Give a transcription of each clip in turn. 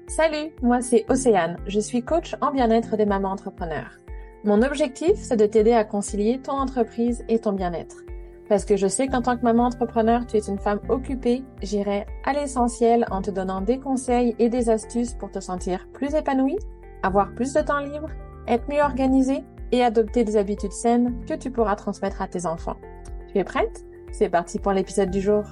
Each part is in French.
Salut, moi c'est Océane, je suis coach en bien-être des mamans entrepreneurs. Mon objectif, c'est de t'aider à concilier ton entreprise et ton bien-être. Parce que je sais qu'en tant que maman entrepreneur, tu es une femme occupée, j'irai à l'essentiel en te donnant des conseils et des astuces pour te sentir plus épanouie, avoir plus de temps libre, être mieux organisée et adopter des habitudes saines que tu pourras transmettre à tes enfants. Tu es prête? C'est parti pour l'épisode du jour.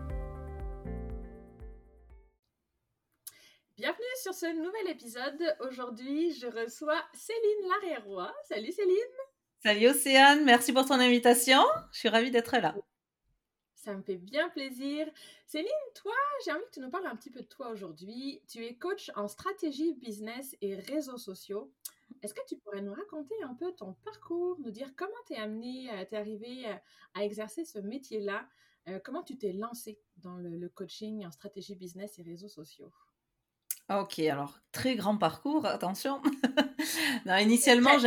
Bienvenue sur ce nouvel épisode. Aujourd'hui, je reçois Céline Larrey-Roy. Salut Céline. Salut Océane, merci pour ton invitation. Je suis ravie d'être là. Ça me fait bien plaisir. Céline, toi, j'ai envie que tu nous parles un petit peu de toi aujourd'hui. Tu es coach en stratégie, business et réseaux sociaux. Est-ce que tu pourrais nous raconter un peu ton parcours, nous dire comment t'es arrivé à exercer ce métier-là, comment tu t'es lancée dans le coaching en stratégie, business et réseaux sociaux? Ok, alors très grand parcours, attention. Non, Très.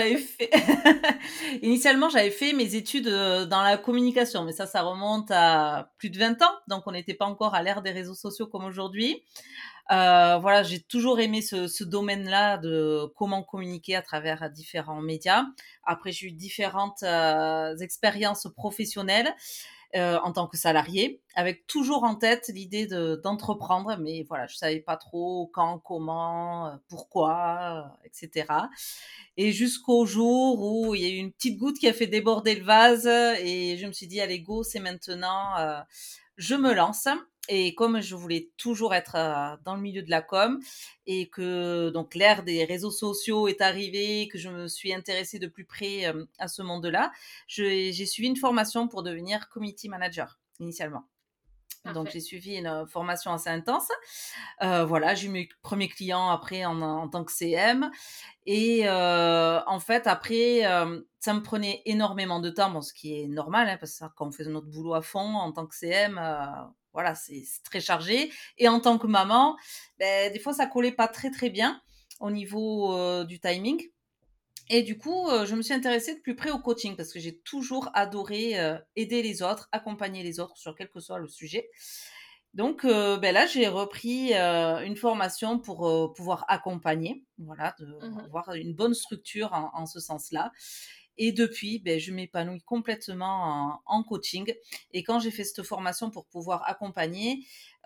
initialement, j'avais fait mes études dans la communication, mais ça remonte à plus de 20 ans, donc on n'était pas encore à l'ère des réseaux sociaux comme aujourd'hui. Voilà, j'ai toujours aimé ce domaine-là de comment communiquer à travers différents médias. Après, j'ai eu différentes expériences professionnelles. En tant que salarié, avec toujours en tête l'idée d'entreprendre, mais voilà, je savais pas trop quand, comment, pourquoi, etc. Et jusqu'au jour où il y a eu une petite goutte qui a fait déborder le vase et je me suis dit, allez, go, c'est maintenant, je me lance. Et comme je voulais toujours être dans le milieu de la com et que donc l'ère des réseaux sociaux est arrivée, que je me suis intéressée de plus près à ce monde-là, j'ai suivi une formation pour devenir community manager initialement. Donc, Parfait. j'ai suivi une formation assez intense. Voilà, j'ai eu mes premiers clients après en tant que CM. Et en fait, après, ça me prenait énormément de temps, bon, ce qui est normal, hein, parce que quand on fait notre boulot à fond en tant que CM, voilà, c'est très chargé. Et en tant que maman, ben, des fois, ça collait pas très, très bien au niveau du timing. Et du coup, je me suis intéressée de plus près au coaching parce que j'ai toujours adoré aider les autres, accompagner les autres sur quel que soit le sujet. Donc, ben là, j'ai repris une formation pour pouvoir accompagner, voilà, Mhm. avoir une bonne structure en ce sens-là. Et depuis, ben, je m'épanouis complètement en coaching. Et quand j'ai fait cette formation pour pouvoir accompagner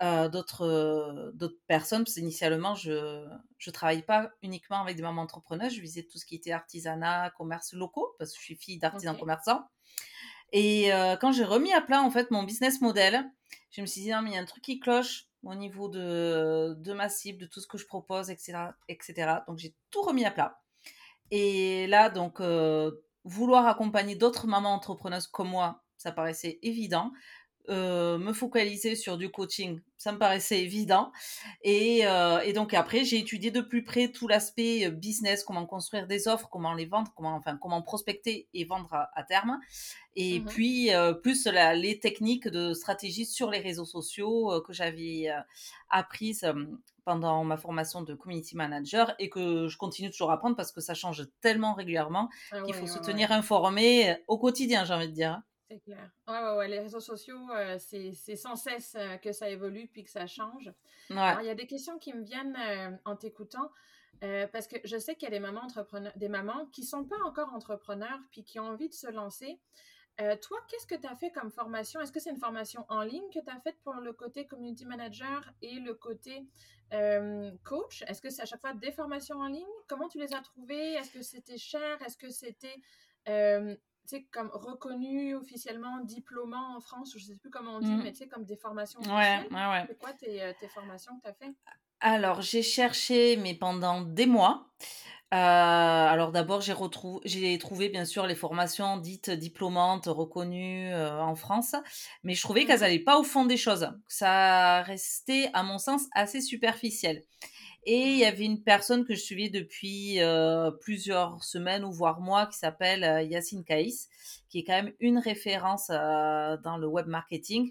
d'autres personnes, parce qu'initialement, je travaille pas uniquement avec des mamans entrepreneurs, je visais tout ce qui était artisanat, commerce locaux, parce que je suis fille d'artisan Ok. commerçant. Et quand j'ai remis à plat en fait mon business model, je me suis dit non mais il y a un truc qui cloche au niveau de ma cible, de tout ce que je propose, etc., etc. Donc j'ai tout remis à plat. Et là donc vouloir accompagner d'autres mamans entrepreneuses comme moi, ça paraissait évident. Me focaliser sur du coaching, ça me paraissait évident. Et donc après, j'ai étudié de plus près tout l'aspect business, comment construire des offres, comment les vendre, comment prospecter et vendre à terme. Et Mhm. puis, plus les techniques de stratégie sur les réseaux sociaux que j'avais apprises pendant ma formation de community manager et que je continue toujours à apprendre parce que ça change tellement régulièrement Ah qu'il faut ouais, se ouais, ouais. tenir informé au quotidien, j'ai envie de dire. C'est clair. Ouais, ouais, ouais. Les réseaux sociaux, c'est sans cesse que ça évolue puis que ça change. Ouais. Alors, il y a des questions qui me viennent en t'écoutant parce que je sais qu'il y a des mamans entrepreneurs, des mamans qui sont pas encore entrepreneurs puis qui ont envie de se lancer. Toi, qu'est-ce que tu as fait comme formation? Est-ce que c'est une formation en ligne que tu as faite pour le côté community manager et le côté coach? Est-ce que c'est à chaque fois des formations en ligne? Comment tu les as trouvées? Est-ce que c'était cher? Est-ce que c'était euh, tu sais, comme reconnu officiellement, diplômant en France, je ne sais plus comment on dit, Mm. mais tu sais, comme des formations Ouais, officielles? ouais, ouais. C'est quoi tes formations que tu as fait? Alors, j'ai cherché, mais pendant des mois. Alors d'abord, j'ai trouvé bien sûr les formations dites diplômantes, reconnues en France, mais je trouvais qu'elles Mhm, n'allaient pas au fond des choses. Ça restait, à mon sens, assez superficiel. Et il y ouais. avait une personne que je suivais depuis plusieurs semaines ou voire mois qui s'appelle Yacine Kaïs, qui est quand même une référence dans le web marketing.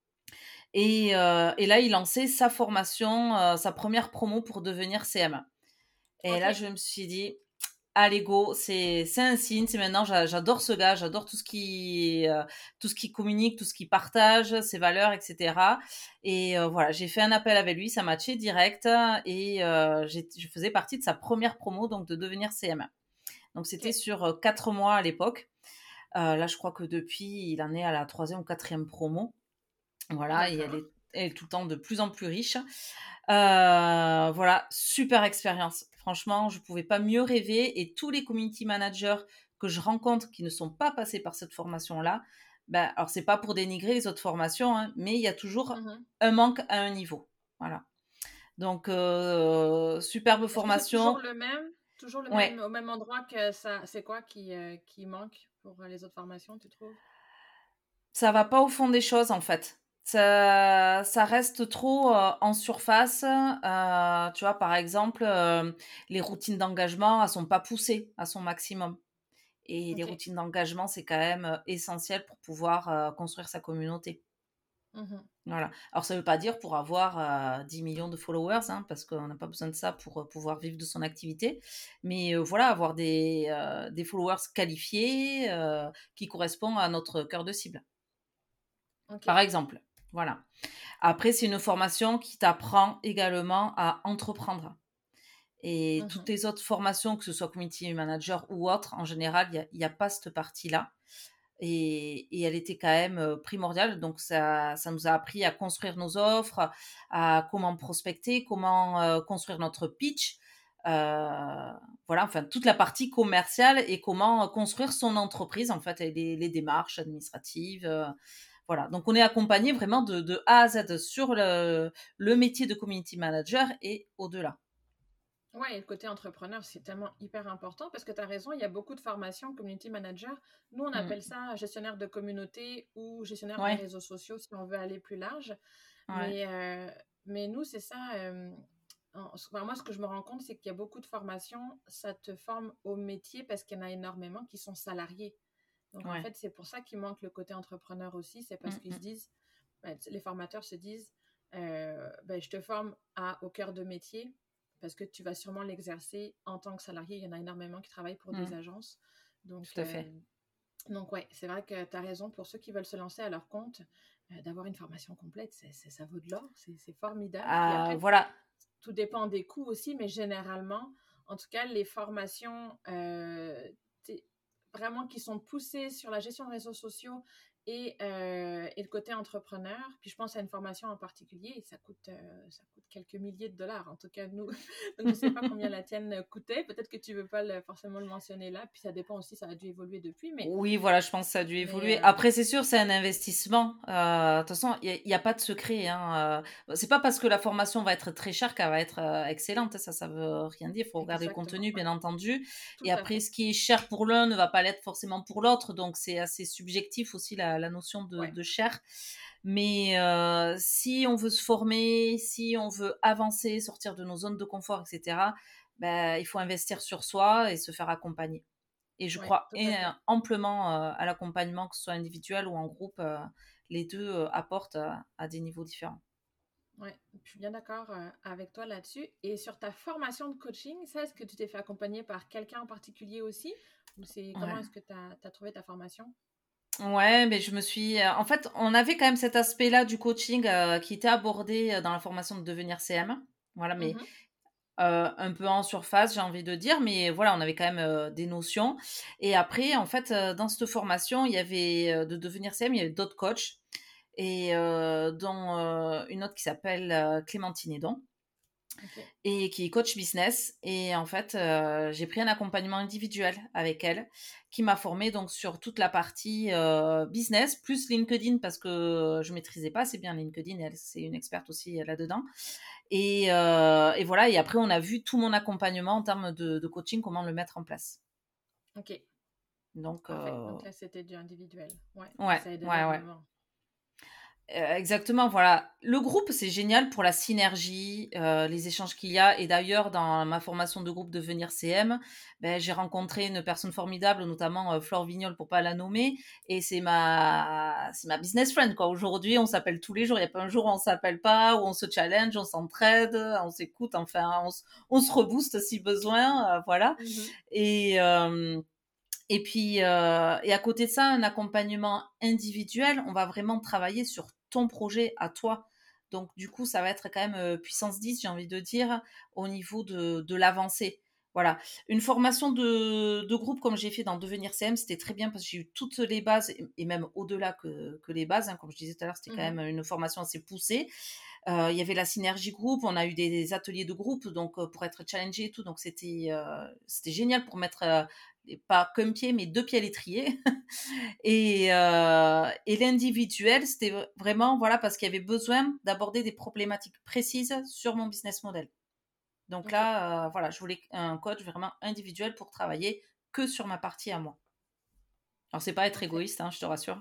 Et là, il lançait sa formation, sa première promo pour devenir CM. Et OK. là, je me suis dit, allez go, c'est un signe, c'est maintenant, j'adore ce gars, j'adore tout ce qui communique, tout ce qui partage, ses valeurs, etc. Et voilà, j'ai fait un appel avec lui, ça matchait direct et je faisais partie de sa première promo, donc de devenir CM. Donc c'était OK. sur 4 mois à l'époque. Là, je crois que depuis, il en est à la 3e ou 4e promo. Voilà, et D'accord. elle est tout le temps de plus en plus riche. Voilà, super expérience. Franchement, je pouvais pas mieux rêver et tous les community managers que je rencontre qui ne sont pas passés par cette formation-là, ben, alors c'est pas pour dénigrer les autres formations, hein, mais il y a toujours Mmh. un manque à un niveau. Voilà. Donc, superbe Est-ce que c'est toujours formation. le même? Toujours le même Ouais, au même endroit que ça c'est quoi qui manque pour, les autres formations, tu trouves? ça va pas au fond des choses en fait. Ça reste trop en surface. Tu vois, par exemple, les routines d'engagement, elles sont pas poussées à son maximum. Et les OK. routines d'engagement, c'est quand même essentiel pour pouvoir construire sa communauté. Mmh. Voilà. Alors, ça ne veut pas dire pour avoir 10 millions de followers, hein, parce qu'on n'a pas besoin de ça pour pouvoir vivre de son activité. Mais voilà, avoir des followers qualifiés qui correspondent à notre cœur de cible, par OK. exemple. Voilà. Après, c'est une formation qui t'apprend également à entreprendre. Et toutes Mmh. les autres formations, que ce soit community manager ou autre, en général, il y a pas cette partie-là. Et elle était quand même primordiale. Donc, ça nous a appris à construire nos offres, à comment prospecter, comment construire notre pitch. Voilà, enfin, toute la partie commerciale et comment construire son entreprise, en fait, et les démarches administratives. Voilà, donc on est accompagné vraiment de A à Z sur le métier de community manager et au-delà. Ouais, et le côté entrepreneur, c'est tellement hyper important parce que tu as raison, il y a beaucoup de formations community manager. Nous, on appelle Mm. ça gestionnaire de communauté ou gestionnaire des Ouais, réseaux sociaux si on veut aller plus large. ouais. Mais nous, c'est ça. Enfin, moi, ce que je me rends compte, c'est qu'il y a beaucoup de formations, ça te forme au métier parce qu'il y en a énormément qui sont salariés. Donc, en Ouais. fait, c'est pour ça qu'il manque le côté entrepreneur aussi. C'est parce Mm, qu'ils se mm, disent, ben, les formateurs se disent, ben, je te forme au cœur de métier parce que tu vas sûrement l'exercer en tant que salarié. Il y en a énormément qui travaillent pour des mm, agences. Donc, tout à fait. ouais, c'est vrai que tu as raison pour ceux qui veulent se lancer à leur compte, d'avoir une formation complète, ça vaut de l'or, c'est formidable. Puis après, Voilà. tout dépend des coûts aussi, mais généralement, en tout cas, les formations vraiment qui sont poussées sur la gestion de réseaux sociaux et le côté entrepreneur, puis je pense à une formation en particulier, et ça coûte quelques milliers de dollars, en tout cas nous. Donc je ne sais pas combien la tienne coûtait, peut-être que tu ne veux pas forcément le mentionner là, puis ça dépend aussi, ça a dû évoluer depuis, Oui, voilà, je pense que ça a dû mais évoluer. Après, c'est sûr, c'est un investissement. De toute façon, il y a pas de secret, hein. C'est pas parce que la formation va être très chère qu'elle va être excellente, hein. Ça veut rien dire. Il faut regarder le exactement, contenu, ouais, bien entendu. tout Et à après, fait, ce qui est cher pour l'un ne va pas l'être forcément pour l'autre. Donc, c'est assez subjectif aussi la notion ouais. de cher. Mais si on veut se former, si on veut avancer, sortir de nos zones de confort, etc., ben, il faut investir sur soi et se faire accompagner. Et je Ouais, crois tout à fait. amplement à l'accompagnement, que ce soit individuel ou en groupe. Les deux apportent à des niveaux différents. Ouais, je suis bien d'accord avec toi là-dessus. Et sur ta formation de coaching, ça, est-ce que tu t'es fait accompagner par quelqu'un en particulier aussi? Ou c'est comment Ouais. est-ce que tu as trouvé ta formation? Ouais, mais je me suis. En fait, on avait quand même cet aspect-là du coaching qui était abordé dans la formation de devenir CM. Voilà, mais Mhm. un peu en surface, j'ai envie de dire, mais voilà, on avait quand même des notions. Et après, en fait, dans cette formation, il y avait de devenir CM, il y avait d'autres coachs, et dont une autre qui s'appelle Clémentine Edon, OK. et qui est coach business. Et en fait, j'ai pris un accompagnement individuel avec elle, qui m'a formée donc sur toute la partie business, plus LinkedIn, parce que je maîtrisais pas assez bien LinkedIn, et elle, c'est une experte aussi là-dedans. Et voilà, et après, on a vu tout mon accompagnement en termes de coaching, comment le mettre en place. OK. Donc, Parfait. Donc là, c'était du individuel. Ouais. Puis ouais, ça aide ouais, ouais. énormément. Exactement, voilà. Le groupe, c'est génial pour la synergie, les échanges qu'il y a et d'ailleurs dans ma formation de groupe Devenir CM, j'ai rencontré une personne formidable, notamment, Flore Vignol pour pas la nommer et c'est ma business friend, quoi. Aujourd'hui, on s'appelle tous les jours, il y a pas un jour où on s'appelle pas, où on se challenge, on s'entraide, on s'écoute, enfin on se rebooste si besoin, voilà Mhm. et hem et puis, et à côté de ça, un accompagnement individuel, on va vraiment travailler sur ton projet à toi. Donc du coup, ça va être quand même, puissance 10, j'ai envie de dire, au niveau de l'avancée. Voilà. Une formation de groupe comme j'ai fait dans Devenir CM, c'était très bien parce que j'ai eu toutes les bases et même au-delà que les bases, hein. Comme je disais tout à l'heure, c'était quand Mhm. même une formation assez poussée. Il y avait la synergie groupe, on a eu des ateliers de groupe donc pour être challengé et tout, donc c'était génial pour mettre, pas qu'un pied, mais 2 pieds à l'étrier et l'individuel, c'était vraiment, voilà, parce qu'il y avait besoin d'aborder des problématiques précises sur mon business model. Donc OK. là, voilà, je voulais un coach vraiment individuel pour travailler que sur ma partie à moi. Alors c'est pas être OK. égoïste, hein, je te rassure.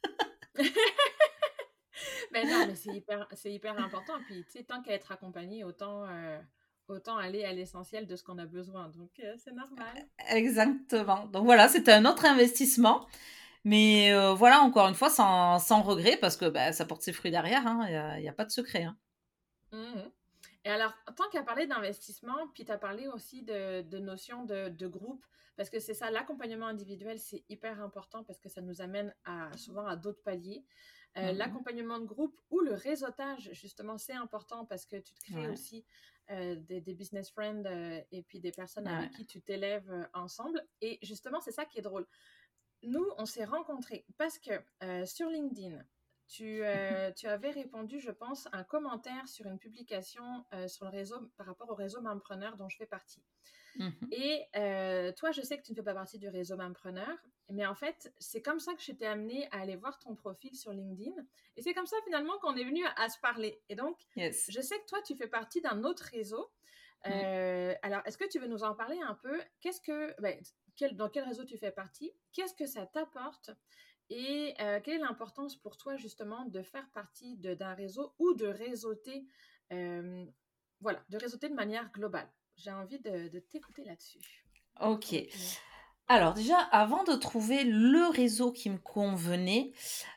Ben non, mais c'est hyper important. Puis, tu sais, tant qu'à être accompagné, autant aller à l'essentiel de ce qu'on a besoin. Donc, c'est normal. Exactement. Donc voilà, c'était un autre investissement. Mais voilà, encore une fois, sans regret parce que, ça porte ses fruits derrière, hein, il y a pas de secret, hein. Mhm. Et alors, tant qu'à parler d'investissement, puis tu as parlé aussi de notion de groupe, parce que c'est ça, l'accompagnement individuel, c'est hyper important parce que ça nous amène souvent à d'autres paliers. Mmh. L'accompagnement de groupe ou le réseautage, justement, c'est important parce que tu te crées Ouais, aussi des business friends et puis des personnes ouais. avec qui tu t'élèves ensemble. Et justement, c'est ça qui est drôle. Nous, on s'est rencontrés parce que sur LinkedIn, tu avais répondu, je pense, un commentaire sur une publication sur le réseau par rapport au réseau Mampreneur dont je fais partie. Mmh. Et toi, je sais que tu ne fais pas partie du réseau Mampreneur, mais en fait, c'est comme ça que je t'ai amené à aller voir ton profil sur LinkedIn. Et c'est comme ça finalement qu'on est venu à se parler. Et donc, Yes. je sais que toi, tu fais partie d'un autre réseau. Mmh. Alors, est-ce que tu veux nous en parler un peu? Dans quel réseau tu fais partie? Qu'est-ce que ça t'apporte? Et quelle est l'importance pour toi justement de faire partie d'un réseau ou de réseauter, euh, voilà, de réseauter de manière globale? J'ai envie de t'écouter là-dessus, OK. ton opinion. Alors déjà, avant de trouver le réseau qui me convenait,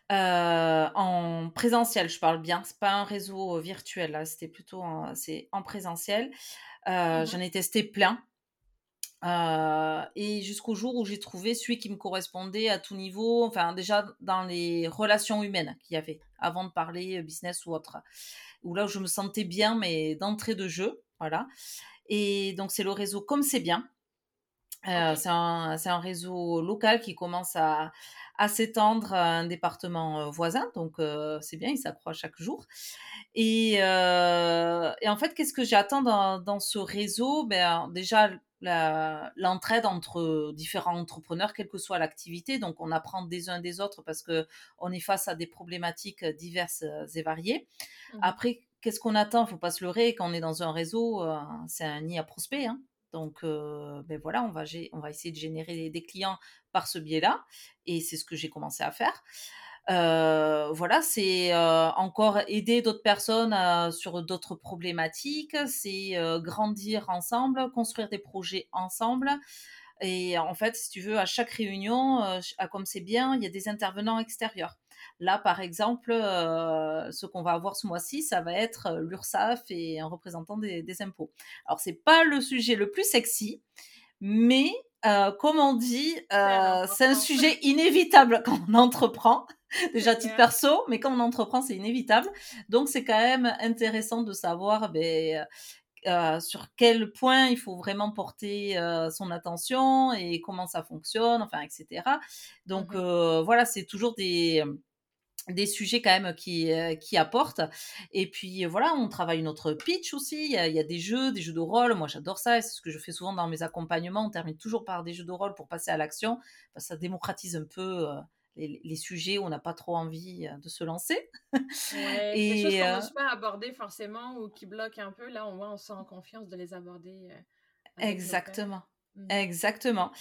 en présentiel, je parle bien, c'est pas un réseau, virtuel là, c'était plutôt c'est en présentiel. Mhm, J'en ai testé plein. Et jusqu'au jour où j'ai trouvé celui qui me correspondait à tout niveau, enfin déjà dans les relations humaines qu'il y avait, avant de parler business ou autre. Où là où je me sentais bien, mais d'entrée de jeu, voilà. Et donc c'est le réseau Comme c'est bien. ok. C'est un réseau local qui commence à s'étendre à un département voisin, donc c'est bien, il s'accroît chaque jour. Et en fait, qu'est-ce que j'attends dans ce réseau? Déjà, l'entraide entre différents entrepreneurs, quelle que soit l'activité. Donc, on apprend des uns des autres parce que on est face à des problématiques diverses et variées. Mhm, Après, qu'est-ce qu'on attend? Faut pas se leurrer. Quand on est dans un réseau, c'est un nid à prospects, hein. Donc, voilà, on va essayer de générer des clients par ce biais-là. Et c'est ce que j'ai commencé à faire. Voilà, c'est encore aider d'autres personnes sur d'autres problématiques, c'est grandir ensemble, construire des projets ensemble. Et en fait, si tu veux, à chaque réunion, comme c'est bien, il y a des intervenants extérieurs. Là, par exemple, ce qu'on va avoir ce mois-ci, ça va être l'URSSAF et un représentant des impôts. Alors, c'est pas le sujet le plus sexy, mais comme on dit, super c'est un important. sujet inévitable quand on entreprend. Déjà C'est à titre clair. perso, mais quand on entreprend, c'est inévitable. Donc c'est quand même intéressant de savoir sur quel point il faut vraiment porter son attention et comment ça fonctionne, enfin, etc. Donc Mhm, voilà, c'est toujours des sujets quand même qui apportent. Et puis voilà, on travaille notre pitch aussi. Il y a des jeux de rôle. Moi, j'adore ça. Et c'est ce que je fais souvent dans mes accompagnements. On termine toujours par des jeux de rôle pour passer à l'action. Enfin, ça démocratise un peu les sujets où on n'a pas trop envie de se lancer. ouais, des choses Et qu'on n'ose pas aborder forcément ou qui bloquent un peu. Là, au moins, on se sent en confiance de les aborder avec nos pairs. exactement. Mhm. Exactement.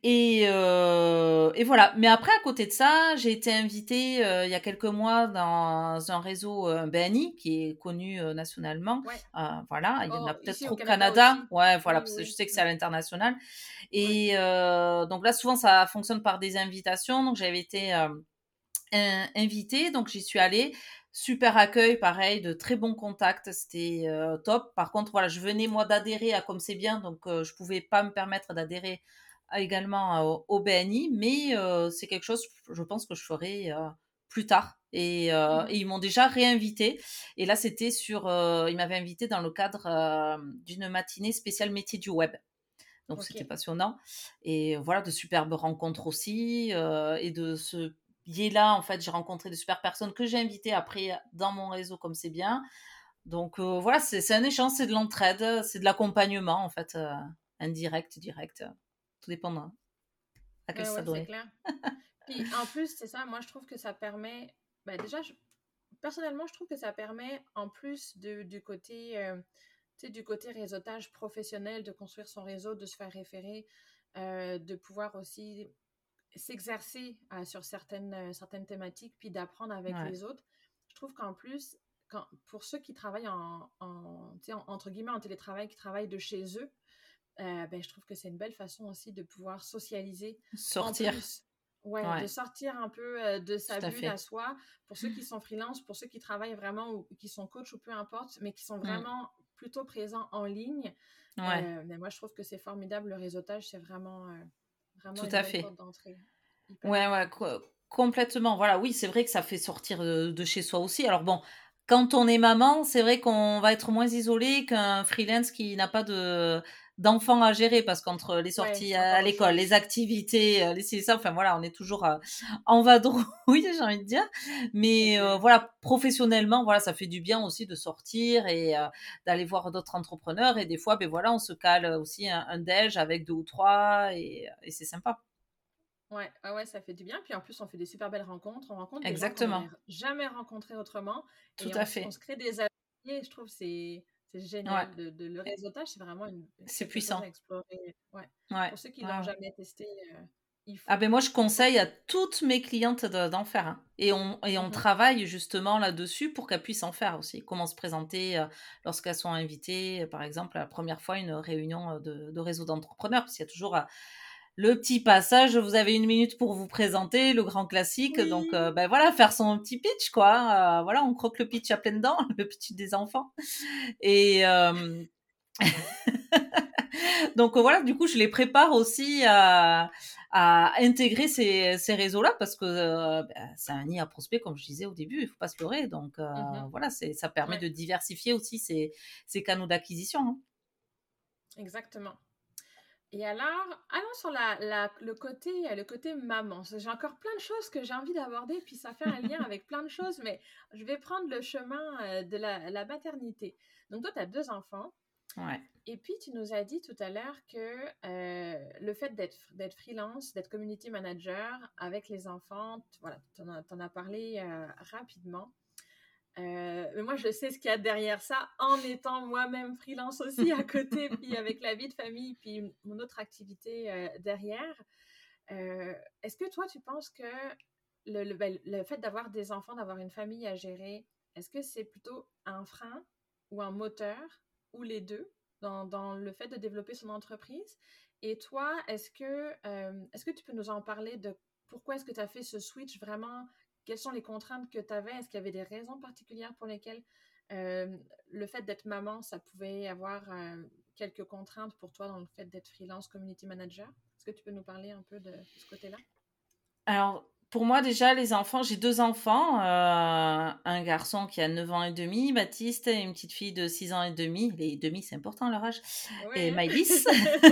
Et voilà. Mais après, à côté de ça, j'ai été invitée il y a quelques mois dans un réseau BNI qui est connu nationalement. Ouais. Voilà, il y en a Oh, peut-être ici au trop au Canada Canada. aussi. Ouais, voilà, Oui, parce que je oui. sais que c'est à l'international. Ouais. Et donc là, souvent, ça fonctionne par des invitations. Donc j'avais été invitée, donc j'y suis allée. Super accueil, pareil, de très bons contacts, c'était top. Par contre, voilà, je venais moi d'adhérer à Comme c'est bien, donc je pouvais pas me permettre d'adhérer également au BNI, mais c'est quelque chose, je pense que je ferai plus tard. Et Mhm. ils m'ont déjà réinvité. Et là, c'était ils m'avaient invité dans le cadre d'une matinée spéciale métier du web. Donc Ok. c'était passionnant. Et voilà, de superbes rencontres aussi. Et de ce biais-là, en fait, j'ai rencontré de super personnes que j'ai invitées après dans mon réseau comme c'est bien. Donc voilà, c'est un échange, c'est de l'entraide, c'est de l'accompagnement, en fait, indirect, direct, tout dépendant à quel Ouais, ça ouais, c'est donnait. clair. Puis en plus, c'est ça, moi je trouve que ça permet, ben, déjà, personnellement, je trouve que ça permet, en plus du côté, tu sais, du côté réseautage professionnel, de construire son réseau, de se faire référer, de pouvoir aussi s'exercer sur certaines thématiques, puis d'apprendre avec Ouais, les autres. Je trouve qu'en plus, pour ceux qui travaillent tu sais, entre guillemets, en télétravail, qui travaillent de chez eux, ben, je trouve que c'est une belle façon aussi de pouvoir socialiser en sortir, plus. Ouais, de ouais, sortir un peu de sa tout à bulle à fait. soi. Pour ceux qui sont freelance, pour ceux qui travaillent vraiment ou qui sont coach ou peu importe, mais qui sont Mm, vraiment plutôt présents en ligne, ouais, mais moi je trouve que c'est formidable. Le réseautage, c'est vraiment tout une à belle porte fait. d'entrée. Ouais, Hyper ouais, important. complètement. Voilà, oui, c'est vrai que ça fait sortir de chez soi aussi. Alors bon, quand on est maman, c'est vrai qu'on va être moins isolé qu'un freelance qui n'a pas d'enfants à gérer parce qu'entre les Ouais, sorties c'est à encore autre l'école, les chose. activités, les ci, ça, enfin voilà, on est toujours en vadrouille, j'ai envie de dire. C'est Mais clair. voilà, professionnellement, voilà, ça fait du bien aussi de sortir et d'aller voir d'autres entrepreneurs. Et des fois, ben voilà, on se cale aussi un déj avec deux ou trois et c'est sympa. Ouais, ah ouais, ça fait du bien. Puis en plus, on fait des super belles rencontres. On rencontre des gens qu'on n'aurait Exactement, jamais rencontrés autrement. tout Et à on se fait. crée des amis. Et je trouve que c'est Ouais. génial. Le réseautage, c'est vraiment C'est quelque chose puissant. à explorer. Ouais. Ouais, Pour ceux qui ouais, l'ont ouais. jamais testé, il Ah faut. ben moi, je Il faut. conseille à toutes mes clientes d'en faire, hein. Et on Mhm. travaille justement là-dessus pour qu'elles puissent en faire aussi. Comment se présenter lorsqu'elles sont invitées, par exemple, la première fois, une réunion de réseau d'entrepreneurs. Parce qu'il y a toujours le petit passage, vous avez une minute pour vous présenter, le grand classique. Donc, Oui. ben voilà, faire son petit pitch, quoi. Voilà, on croque le pitch à pleines dents, le pitch des enfants. Et, Donc voilà, du coup, je les prépare aussi à intégrer ces réseaux-là parce que c'est un nid à prospects, comme je disais au début, il ne faut pas se leurrer. Donc Mhm. voilà, ça permet Ouais, de diversifier aussi ces canaux d'acquisition, hein. exactement. Et alors, allons sur le côté maman. J'ai encore plein de choses que j'ai envie d'aborder, puis ça fait un lien avec plein de choses, mais je vais prendre le chemin de la maternité. Donc, toi, tu as deux enfants, Ouais. et puis tu nous as dit tout à l'heure que le fait d'être freelance, d'être community manager avec les enfants, voilà, tu en as parlé rapidement. Mais moi, je sais ce qu'il y a derrière ça en étant moi-même freelance aussi à côté, puis avec la vie de famille, puis mon autre activité derrière. Est-ce que toi, tu penses que le fait d'avoir des enfants, d'avoir une famille à gérer, est-ce que c'est plutôt un frein ou un moteur ou les deux dans le fait de développer son entreprise? Et toi, est-ce que tu peux nous en parler de pourquoi est-ce que tu as fait ce switch vraiment? Quelles sont les contraintes que tu avais? Est-ce qu'il y avait des raisons particulières pour lesquelles euh, le fait d'être maman, ça pouvait avoir quelques contraintes pour toi dans le fait d'être freelance community manager? Est-ce que tu peux nous parler un peu de ce côté-là? Alors, pour moi, déjà, les enfants, j'ai deux enfants, un garçon qui a 9 ans et demi, Baptiste, et une petite fille de 6 ans et demi. Les demi, c'est important leur âge. Et Ouais, hein? Maïlis.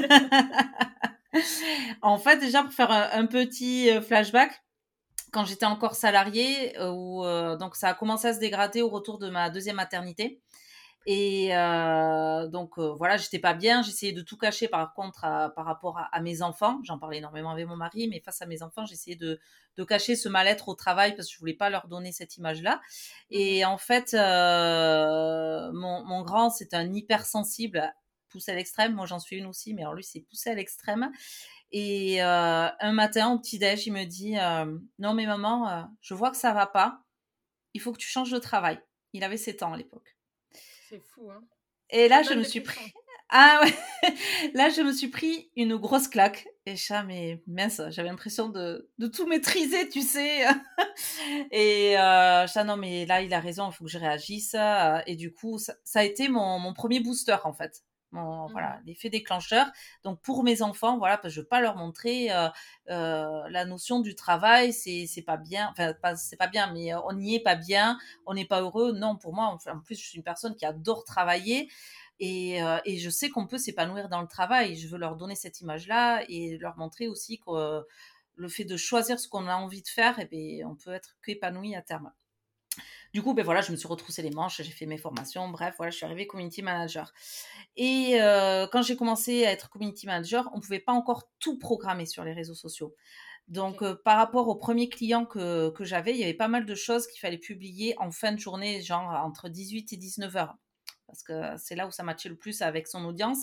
En fait, déjà, pour faire un petit flashback, quand j'étais encore salariée, donc ça a commencé à se dégrader au retour de ma deuxième maternité. Et donc voilà, j'étais pas bien, j'essayais de tout cacher par contre par rapport à mes enfants. J'en parlais énormément avec mon mari, mais face à mes enfants, j'essayais de cacher ce mal-être au travail parce que je voulais pas leur donner cette image-là. Mhm. Et en fait, mon grand, c'est un hypersensible poussé à l'extrême. Moi, j'en suis une aussi, mais alors lui, c'est poussé à l'extrême. Et un matin, au petit-déj, il me dit non, mais maman, je vois que ça va pas. Il faut que tu changes de travail. Il avait 7 ans à l'époque. C'est fou, hein? Et Ça là, me je donne me des suis frissons. pris. Ah ouais. Là, je me suis pris une grosse claque. Et ça, mais mince, j'avais l'impression de tout maîtriser, tu sais. Et ça, non, mais là, il a raison, il faut que je réagisse. Et du coup, ça a été mon premier booster, en fait. Voilà, l'effet déclencheur. Donc, pour mes enfants, voilà, parce que je veux pas leur montrer la notion du travail, c'est pas bien. Enfin, c'est pas bien, mais on n'y est pas bien, on n'est pas heureux. Non, pour moi, en plus, je suis une personne qui adore travailler. Et je sais qu'on peut s'épanouir dans le travail. Je veux leur donner cette image-là et leur montrer aussi que le fait de choisir ce qu'on a envie de faire, on peut être qu'épanoui à terme. Du coup, voilà, je me suis retroussé les manches, j'ai fait mes formations, bref, voilà, je suis arrivée community manager. Et quand j'ai commencé à être community manager, on ne pouvait pas encore tout programmer sur les réseaux sociaux. Donc, par rapport aux premiers clients que j'avais, il y avait pas mal de choses qu'il fallait publier en fin de journée, genre entre 18 et 19 heures. Parce que c'est là où ça matchait le plus avec son audience.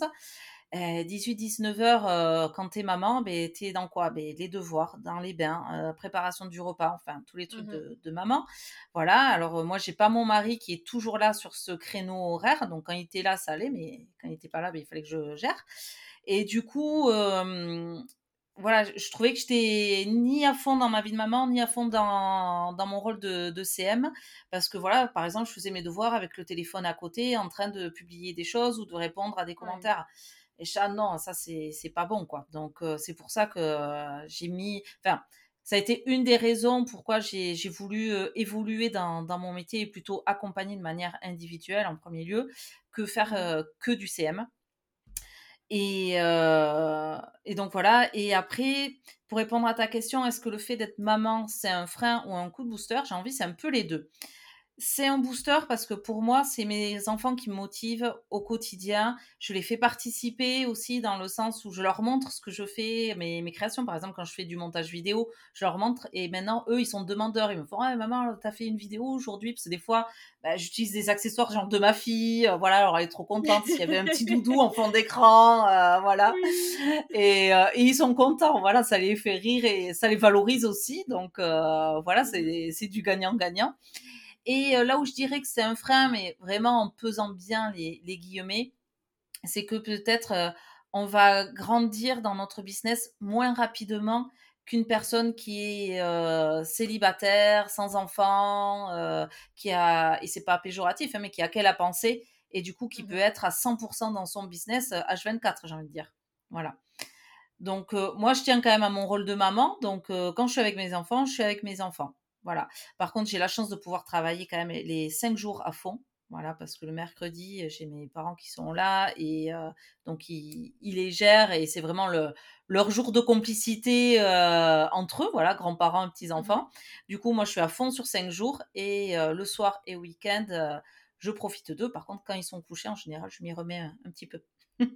18-19 heures, quand t'es maman, t'es dans quoi? Les devoirs, dans les bains, préparation du repas, enfin tous les trucs de maman. Voilà, alors moi j'ai pas mon mari qui est toujours là sur ce créneau horaire, donc quand il était là ça allait, mais quand il était pas là, il fallait que je gère. Et du coup, voilà, je trouvais que j'étais ni à fond dans ma vie de maman, ni à fond dans mon rôle de CM, parce que voilà, par exemple, je faisais mes devoirs avec le téléphone à côté, en train de publier des choses ou de répondre à des commentaires. Et ça, non, ça, c'est pas bon, quoi. Donc, c'est pour ça que j'ai mis... Enfin, ça a été une des raisons pourquoi j'ai voulu évoluer dans mon métier et plutôt accompagner de manière individuelle en premier lieu que faire que du CM. Et donc voilà. Et après, pour répondre à ta question, est-ce que le fait d'être maman, c'est un frein ou un coup de booster? J'ai envie, c'est un peu les deux. C'est un booster parce que pour moi, c'est mes enfants qui me motivent au quotidien. Je les fais participer aussi dans le sens où je leur montre ce que je fais, mes créations. Par exemple, quand je fais du montage vidéo, je leur montre et maintenant, eux, ils sont demandeurs. Ils me font « Ah, maman, t'as fait une vidéo aujourd'hui » Parce que des fois, j'utilise des accessoires genre de ma fille. Voilà, alors elle est trop contente s'il y avait un petit doudou en fond d'écran. Voilà. Oui. Et ils sont contents. Voilà, ça les fait rire et ça les valorise aussi. Donc, voilà, c'est du gagnant-gagnant. Et là où je dirais que c'est un frein, mais vraiment en pesant bien les guillemets, c'est que peut-être on va grandir dans notre business moins rapidement qu'une personne qui est célibataire, sans enfant, et c'est pas péjoratif, hein, mais qui a qu'elle à penser, et du coup qui peut être à 100% dans son business H24, j'ai envie de dire. Voilà. Donc, moi, je tiens quand même à mon rôle de maman. Donc, quand je suis avec mes enfants, je suis avec mes enfants. Voilà. Par contre, j'ai la chance de pouvoir travailler quand même les 5 jours à fond. Voilà, parce que le mercredi, j'ai mes parents qui sont là et donc ils les gèrent et c'est vraiment leur jour de complicité entre eux, voilà, grands-parents et petits-enfants. Du coup, moi, je suis à fond sur 5 jours et le soir et week-end, je profite d'eux. Par contre, quand ils sont couchés, en général, je m'y remets un petit peu.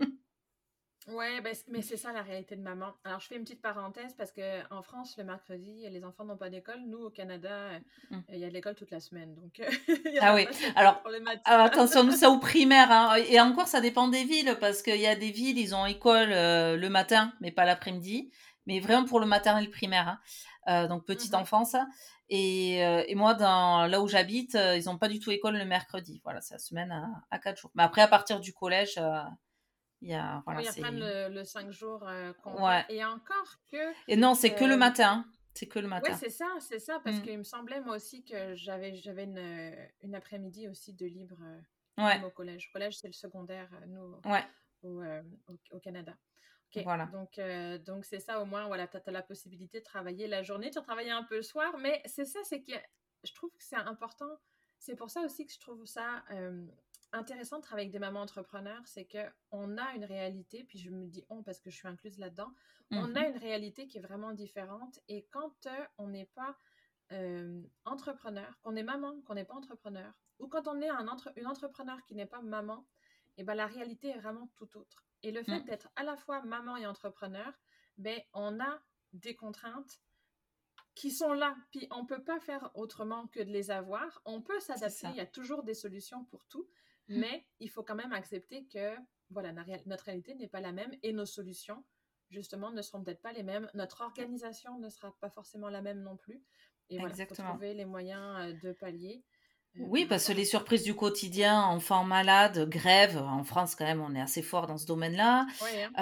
Ouais, mais c'est ça la réalité de maman. Alors, je fais une petite parenthèse parce qu'en France, le mercredi, les enfants n'ont pas d'école. Nous, au Canada, il y a de l'école toute la semaine. Donc, il n'y Ah aura oui, pas cette alors problématique. attention, nous, c'est au primaire, hein. Et encore, ça dépend des villes, parce qu'il y a des villes, ils ont école le matin, mais pas l'après-midi. Mais vraiment pour le maternel primaire, hein. Donc petite enfance. Et moi, là où j'habite, ils n'ont pas du tout école le mercredi. Voilà, c'est la semaine à 4 jours. Mais après, à partir du collège, il y a, voilà, Oui, ils c'est... reprennent le 5 jours complet. Ouais. Et encore que... Et non, c'est que le euh, matin. C'est que le oui, matin. c'est ça, parce qu'il me semblait, moi aussi, que j'avais une après-midi aussi de libre, Ouais, même au collège. Au collège, c'est le secondaire, nous, ouais, au Canada. OK. voilà. Donc c'est ça, au moins, voilà, tu as la possibilité de travailler la journée. Tu as travaillé un peu le soir, mais c'est ça, je trouve que c'est important. C'est pour ça aussi que je trouve ça intéressant de travailler avec des mamans entrepreneurs, c'est qu'on a une réalité, puis je me dis on parce que je suis incluse là-dedans, on a une réalité qui est vraiment différente. Et quand on n'est pas entrepreneur, qu'on est maman, qu'on n'est pas entrepreneur, ou quand on est une entrepreneur qui n'est pas maman, et ben la réalité est vraiment tout autre. Et le fait d'être à la fois maman et entrepreneur, ben on a des contraintes qui sont là, puis on peut pas faire autrement que de les avoir. On peut s'adapter, il y a toujours des solutions pour tout, mais il faut quand même accepter que voilà, notre réalité n'est pas la même et nos solutions, justement, ne seront peut-être pas les mêmes. Notre organisation ne sera pas forcément la même non plus. Et voilà, il faut Exactement. trouver les moyens de pallier Oui, par parce que rapport à les ça. surprises du quotidien, enfants malades, grève, en France quand même, on est assez fort dans ce domaine-là. Oui, hein?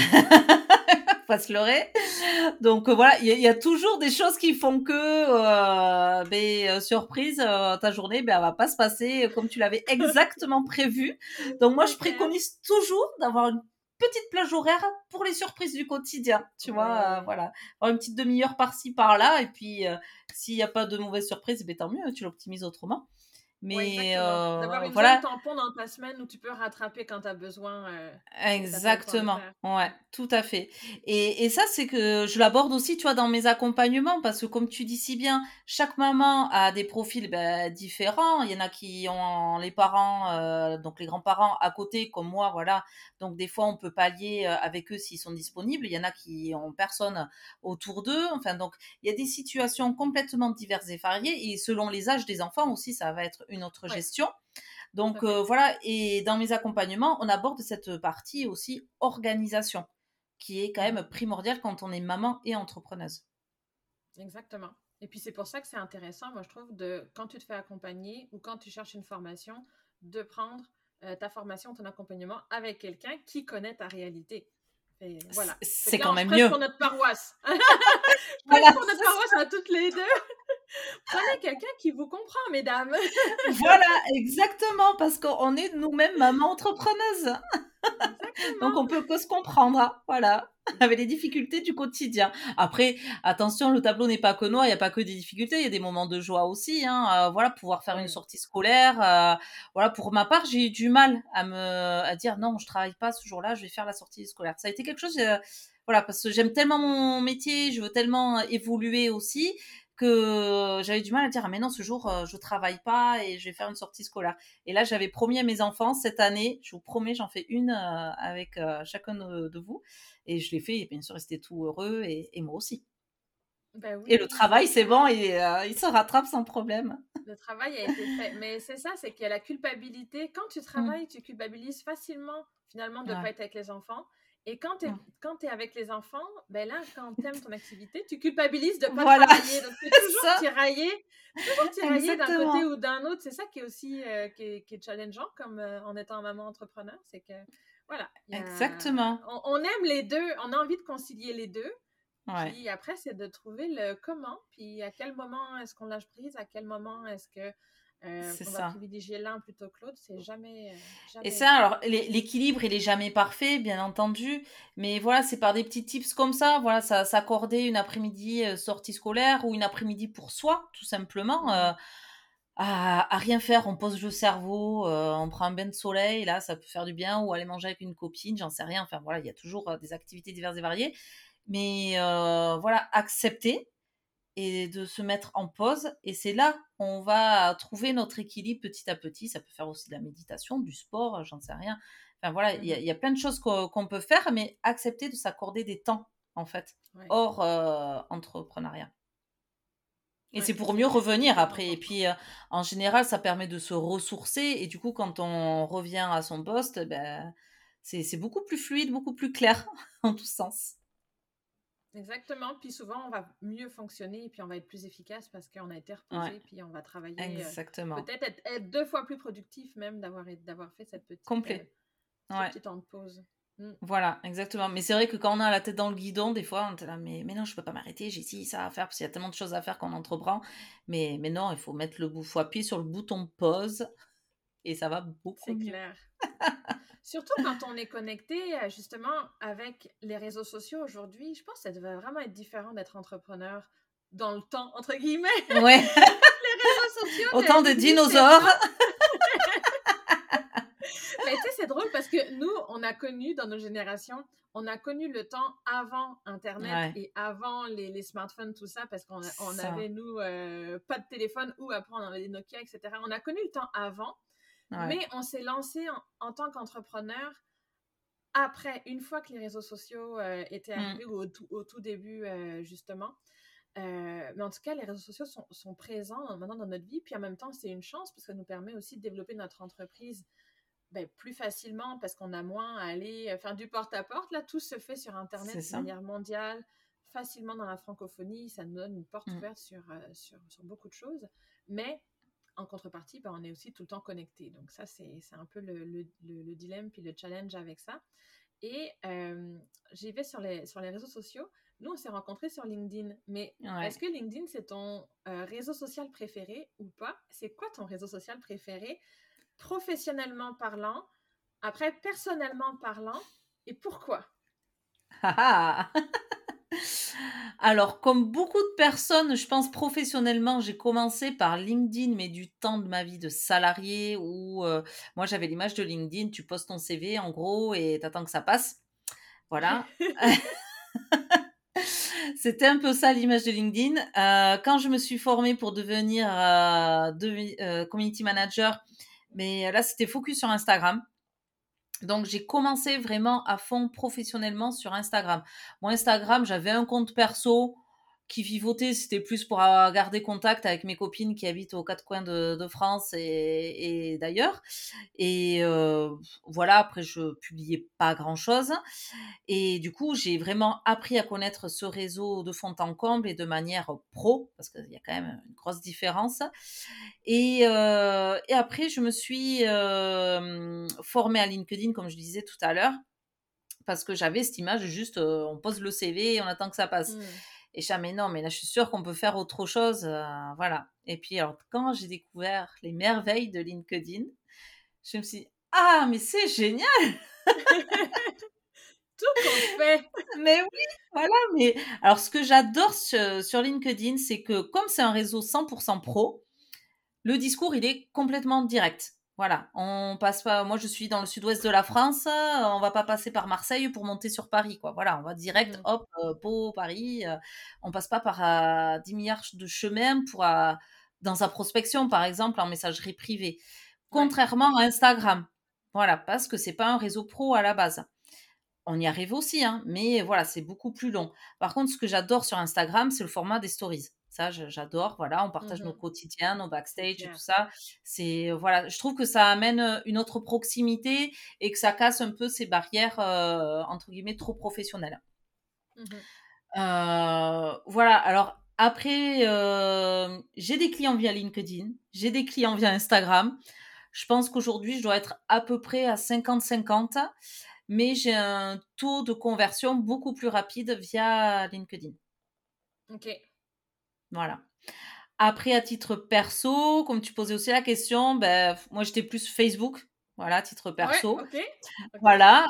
Pas se leurrer. Donc voilà, il y a toujours des choses qui font que, surprise, ta journée, elle va pas se passer comme tu l'avais exactement prévu. Donc moi, C'est je clair. préconise toujours d'avoir une petite plage horaire pour les surprises du quotidien. Tu vois, Oui. voilà, avoir une petite demi-heure par-ci par-là, et puis s'il y a pas de mauvaise surprise, tant mieux, tu l'optimises autrement. Oui, Mais exactement. D'avoir une zone voilà, tampon dans ta semaine où tu peux rattraper quand tu as besoin, et tu pas le temps de exactement, faire. ouais, tout à fait. Et ça, c'est que je l'aborde aussi, tu vois, dans mes accompagnements, parce que comme tu dis si bien, chaque maman a des profils différents. Il y en a qui ont les parents, donc les grands-parents à côté, comme moi, voilà. Donc des fois, on peut pallier avec eux s'ils sont disponibles. Il y en a qui ont personne autour d'eux. Enfin, donc il y a des situations complètement diverses et variées. Et selon les âges des enfants aussi, ça va être une autre Oui, gestion. tout Donc à fait. voilà, et dans mes accompagnements, on aborde cette partie aussi organisation, qui est quand Mhm. même primordiale quand on est maman et entrepreneuse. Exactement. Et puis c'est pour ça que c'est intéressant, moi je trouve, de quand tu te fais accompagner ou quand tu cherches une formation, de prendre ta formation, ton accompagnement avec quelqu'un qui connaît ta réalité. Et voilà. Fait C'est que là, quand je même prêche mieux. pour notre paroisse. Je prêche Voilà, pour notre paroisse à toutes les deux. Prenez quelqu'un qui vous comprend, mesdames. voilà, exactement, parce qu'on est nous-mêmes maman entrepreneuse. Donc Exactement. on peut que se comprendre, hein, voilà, avec les difficultés du quotidien. Après, attention, le tableau n'est pas que noir, il n'y a pas que des difficultés, il y a des moments de joie aussi, hein, voilà, pouvoir faire une Oui. sortie scolaire. Voilà, pour ma part, j'ai eu du mal à dire non, je travaille pas ce jour-là, je vais faire la sortie scolaire. Ça a été quelque chose, voilà, parce que j'aime tellement mon métier, je veux tellement évoluer aussi que j'avais du mal à dire ah mais non ce jour je travaille pas et je vais faire une sortie scolaire. Et là, j'avais promis à mes enfants cette année, je vous promets, j'en fais une avec chacun de vous. Et je l'ai fait, et bien sûr, ils étaient tout heureux, et moi aussi. Ben Et le oui, travail, c'est bon, et il se rattrape sans problème. le travail a été fait. Mais c'est ça, c'est qu'il y a la culpabilité. Quand tu Mm. travailles, tu culpabilises facilement, finalement, de ne pas Ouais. être avec les enfants. Et quand tu es, Mm. quand es avec les enfants, ben là, quand tu aimes ton activité, tu culpabilises de ne pas Voilà, travailler. Donc, tu es ça, toujours tiraillé d'un côté exactement. ou d'un autre. C'est ça qui est aussi qui est challengeant comme en étant maman entrepreneur. C'est que, voilà, Exactement. on aime les deux, on a envie de concilier les deux. Ouais, Puis après, c'est de trouver le comment, puis à quel moment est-ce qu'on lâche prise, à quel moment est-ce que c'est on va ça. privilégier l'un plutôt que l'autre, c'est Et jamais ça, évident. alors, l'équilibre, il est jamais parfait, bien entendu. Mais voilà, c'est par des petits tips comme ça. Voilà, ça s'accorder une après-midi sortie scolaire ou une après-midi pour soi, tout simplement. Mhm. À rien faire, on pose le cerveau, on prend un bain de soleil, là, ça peut faire du bien, ou aller manger avec une copine, j'en sais rien. Enfin voilà, il y a toujours des activités diverses et variées. Mais voilà, accepter et de se mettre en pause. Et c'est là qu'on va trouver notre équilibre petit à petit. Ça peut faire aussi de la méditation, du sport, j'en sais rien. Enfin voilà, Mhm. il y a plein de choses qu'on peut faire, mais accepter de s'accorder des temps, en fait, Ouais, hors entrepreneuriat. Et ouais, c'est pour c'est mieux clair, c'est revenir très après. Et important. puis, en général, ça permet de se ressourcer. Et du coup, quand on revient à son poste, c'est beaucoup plus fluide, beaucoup plus clair en tous sens. Exactement, puis souvent on va mieux fonctionner et puis on va être plus efficace parce qu'on a été Ouais, reposé, puis on va travailler, exactement. peut-être être deux fois plus productif même d'avoir fait Complet. ce Ouais, petit temps de pause. Mm. voilà, exactement. Mais c'est vrai que quand on a la tête dans le guidon, des fois, on est là, mais non, je peux pas m'arrêter, j'ai ci, ça à faire, parce qu'il y a tellement de choses à faire qu'on entreprend. Mais non, il faut mettre faut appuyer sur le bouton pause et ça va beaucoup C'est mieux. clair. Surtout quand on est connecté justement avec les réseaux sociaux aujourd'hui, je pense que ça devait vraiment être différent d'être entrepreneur dans le temps, entre guillemets. Ouais, Quand les réseaux sociaux autant de n'existaient dinosaures. pas. Mais tu sais, c'est drôle parce que nous, on a connu dans nos générations, on a connu le temps avant Internet Ouais, et avant les smartphones, tout ça, parce on ça, avait, nous, pas de téléphone ou après on avait des Nokia, etc. On a connu le temps avant, mais ouais. on s'est lancé en tant qu'entrepreneur après, une fois que les réseaux sociaux étaient Mm. arrivés ou au tout début, justement. Mais en tout cas, les réseaux sociaux sont présents maintenant dans notre vie. Puis en même temps, c'est une chance parce que ça nous permet aussi de développer notre entreprise plus facilement parce qu'on a moins à aller faire du porte-à-porte. Là, tout se fait sur C'est Internet de ça. manière mondiale, facilement dans la francophonie. Ça nous donne une porte Mm. ouverte sur beaucoup de choses. Mais en contrepartie, on est aussi tout le temps connecté. Donc ça, c'est un peu le dilemme puis le challenge avec ça. Et j'y vais sur les réseaux sociaux. Nous, on s'est rencontrés sur LinkedIn. Mais Ouais. est-ce que LinkedIn, c'est ton réseau social préféré ou pas? C'est quoi ton réseau social préféré, professionnellement parlant, après personnellement parlant, et pourquoi? Ah, ah. Alors, comme beaucoup de personnes, je pense professionnellement, j'ai commencé par LinkedIn, mais du temps de ma vie de salarié où moi j'avais l'image de LinkedIn, tu postes ton CV en gros et t'attends que ça passe. Voilà. C'était un peu ça l'image de LinkedIn. Quand je me suis formée pour devenir community manager, mais là c'était focus sur Instagram. Donc j'ai commencé vraiment à fond professionnellement sur Instagram. Moi Instagram, j'avais un compte perso qui vivotait, c'était plus pour garder contact avec mes copines qui habitent aux quatre coins de France et d'ailleurs. Et voilà, après je publiais pas grand-chose. Et du coup, j'ai vraiment appris à connaître ce réseau de fond en comble et de manière pro, parce qu'il y a quand même une grosse différence. Et après, je me suis formée à LinkedIn, comme je disais tout à l'heure, parce que j'avais cette image juste, on pose le CV et on attend que ça passe. Et je disais, mais non, mais là, je suis sûre qu'on peut faire autre chose. Voilà. Et puis, alors, quand j'ai découvert les merveilles de LinkedIn, je me suis dit, ah, mais c'est génial! Tout compte fait. Mais oui, voilà. Mais alors, ce que j'adore sur LinkedIn, c'est que comme c'est un réseau 100% pro, le discours, il est complètement direct. Voilà, on passe pas. Moi, je suis dans le sud-ouest de la France. On va pas passer par Marseille pour monter sur Paris, quoi. Voilà, on va direct, hop, Pau, Paris. On passe pas par 10 milliards de chemins pour dans sa prospection, par exemple, en messagerie privée. Contrairement à Instagram, voilà, parce que c'est pas un réseau pro à la base. On y arrive aussi, hein, mais voilà, c'est beaucoup plus long. Par contre, ce que j'adore sur Instagram, c'est le format des stories. Ça, j'adore. Voilà, on partage nos quotidiens, nos backstage et tout ça. C'est voilà, je trouve que ça amène une autre proximité et que ça casse un peu ces barrières entre guillemets trop professionnelles. Voilà. Alors après, j'ai des clients via LinkedIn, j'ai des clients via Instagram. Je pense qu'aujourd'hui, je dois être à peu près à 50-50, mais j'ai un taux de conversion beaucoup plus rapide via LinkedIn. Ok. Voilà. Après, à titre perso, comme tu posais aussi la question, moi, j'étais plus Facebook. Voilà, à titre perso. Ouais, ok. Voilà.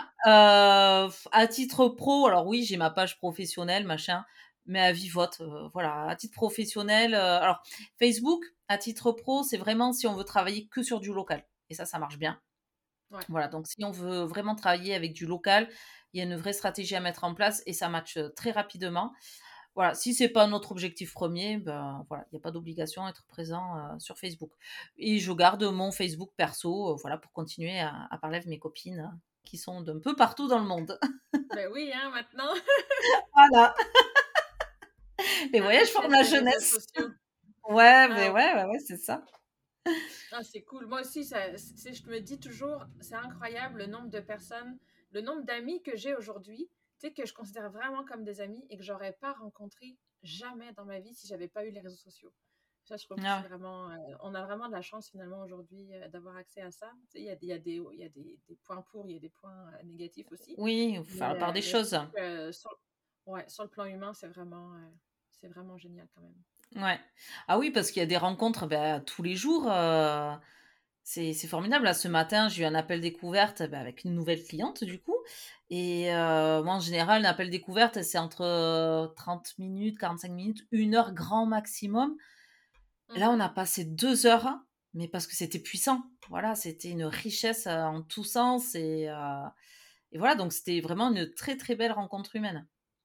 À titre pro, alors oui, j'ai ma page professionnelle, machin, mais à vivote. Voilà, à titre professionnel. Alors, Facebook, à titre pro, c'est vraiment si on veut travailler que sur du local. Et ça marche bien. Ouais. Voilà, donc si on veut vraiment travailler avec du local, il y a une vraie stratégie à mettre en place et ça matche très rapidement. Voilà, si c'est pas notre objectif premier, voilà, il n'y a pas d'obligation d'être présent sur Facebook. Et je garde mon Facebook perso, voilà, pour continuer à parler avec mes copines qui sont d'un peu partout dans le monde. Ben oui, hein, maintenant. Voilà. Les voyages forment la jeunesse. Ouais, mais ouais, c'est ça. Ah, c'est cool. Moi aussi, je me dis toujours, c'est incroyable le nombre de personnes, le nombre d'amis que j'ai aujourd'hui, tu sais, que je considère vraiment comme des amis et que j'aurais pas rencontré jamais dans ma vie si j'avais pas eu les réseaux sociaux. Ça, je trouve que c'est vraiment, on a vraiment de la chance finalement aujourd'hui d'avoir accès à ça. Tu sais, il y a des points pour, il y a des points négatifs aussi. Oui, il faut faire la part des choses. Sur le plan humain, c'est vraiment génial quand même. Ouais. Ah oui, parce qu'il y a des rencontres tous les jours. C'est formidable. Là, ce matin, j'ai eu un appel découverte avec une nouvelle cliente, du coup. Et moi, en général, un appel découverte, c'est entre 30 minutes, 45 minutes, 1 heure grand maximum. Là, on a passé 2 heures, mais parce que c'était puissant. Voilà, c'était une richesse en tous sens. Et voilà, donc c'était vraiment une très, très belle rencontre humaine.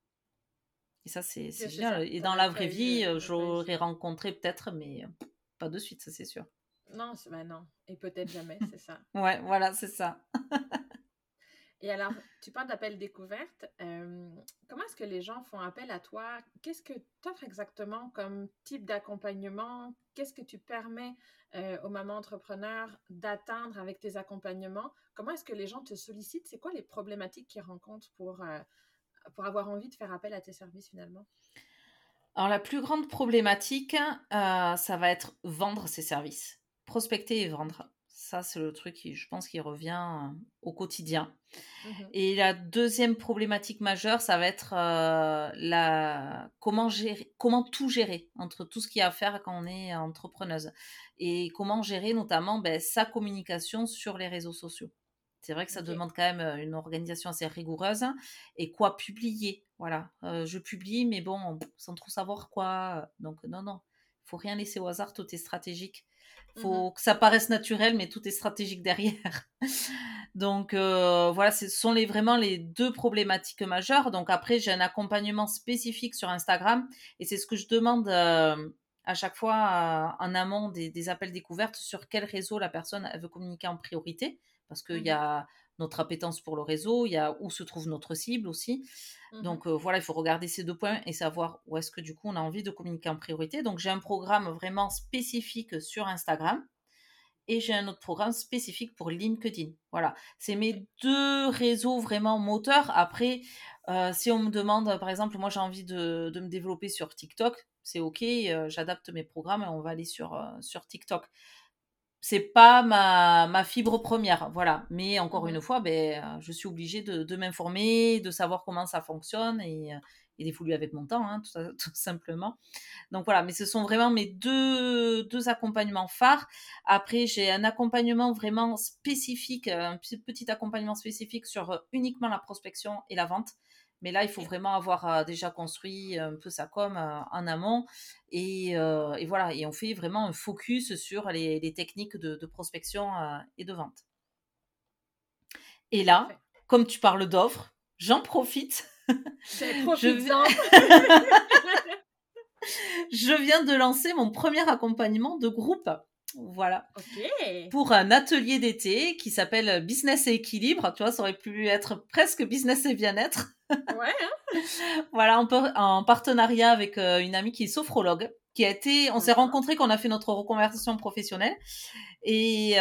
Et ça, c'est génial. Et dans la vraie vie, j'aurais rencontré peut-être, mais pas de suite, ça c'est sûr. Non, non. Et peut-être jamais, c'est ça. Ouais, voilà, c'est ça. Et alors, tu parles d'appel découverte. Comment est-ce que les gens font appel à toi? Qu'est-ce que tu offres exactement comme type d'accompagnement? Qu'est-ce que tu permets aux mamans entrepreneurs d'atteindre avec tes accompagnements? Comment est-ce que les gens te sollicitent? C'est quoi les problématiques qu'ils rencontrent pour avoir envie de faire appel à tes services finalement? Alors, la plus grande problématique, ça va être vendre ses services. Prospecter et vendre. Ça, c'est le truc qui, je pense, qui revient au quotidien. Mhm. Et la deuxième problématique majeure, ça va être comment tout gérer entre tout ce qu'il y a à faire quand on est entrepreneuse. Et comment gérer notamment sa communication sur les réseaux sociaux. C'est vrai que ça OK. demande quand même une organisation assez rigoureuse. Et quoi publier, voilà. Je publie, mais bon, sans trop savoir quoi. Donc non, il ne faut rien laisser au hasard, tout est stratégique. Il faut que ça paraisse naturel, mais tout est stratégique derrière. Donc voilà, ce sont vraiment les deux problématiques majeures. Donc après, j'ai un accompagnement spécifique sur Instagram et c'est ce que je demande à chaque fois en amont des appels découvertes sur quel réseau la personne elle veut communiquer en priorité. Parce qu'il y a notre appétence pour le réseau, il y a où se trouve notre cible aussi. Donc voilà, il faut regarder ces deux points et savoir où est-ce que du coup on a envie de communiquer en priorité. Donc j'ai un programme vraiment spécifique sur Instagram et j'ai un autre programme spécifique pour LinkedIn. Voilà, c'est mes deux réseaux vraiment moteurs. Après, si on me demande, par exemple, moi j'ai envie de me développer sur TikTok, c'est OK, j'adapte mes programmes et on va aller sur TikTok. C'est pas ma fibre première, voilà. Mais encore une fois, je suis obligée de m'informer, de savoir comment ça fonctionne et d'évoluer avec mon temps, hein, tout simplement. Donc voilà, mais ce sont vraiment mes deux accompagnements phares. Après, j'ai un accompagnement vraiment spécifique, un petit accompagnement spécifique sur uniquement la prospection et la vente. Mais là, il faut vraiment avoir déjà construit un peu sa com en amont. Et voilà, et on fait vraiment un focus sur les techniques de prospection et de vente. Et là, Parfait. comme tu parles d'offres, j'en profite. Profites-en. Je viens de lancer mon premier accompagnement de groupe. Voilà. OK. Pour un atelier d'été qui s'appelle Business et équilibre. Tu vois, ça aurait pu être presque business et bien-être. Ouais, hein? Voilà, en partenariat avec une amie qui est sophrologue. On s'est rencontrés quand on a fait notre reconversion professionnelle. Et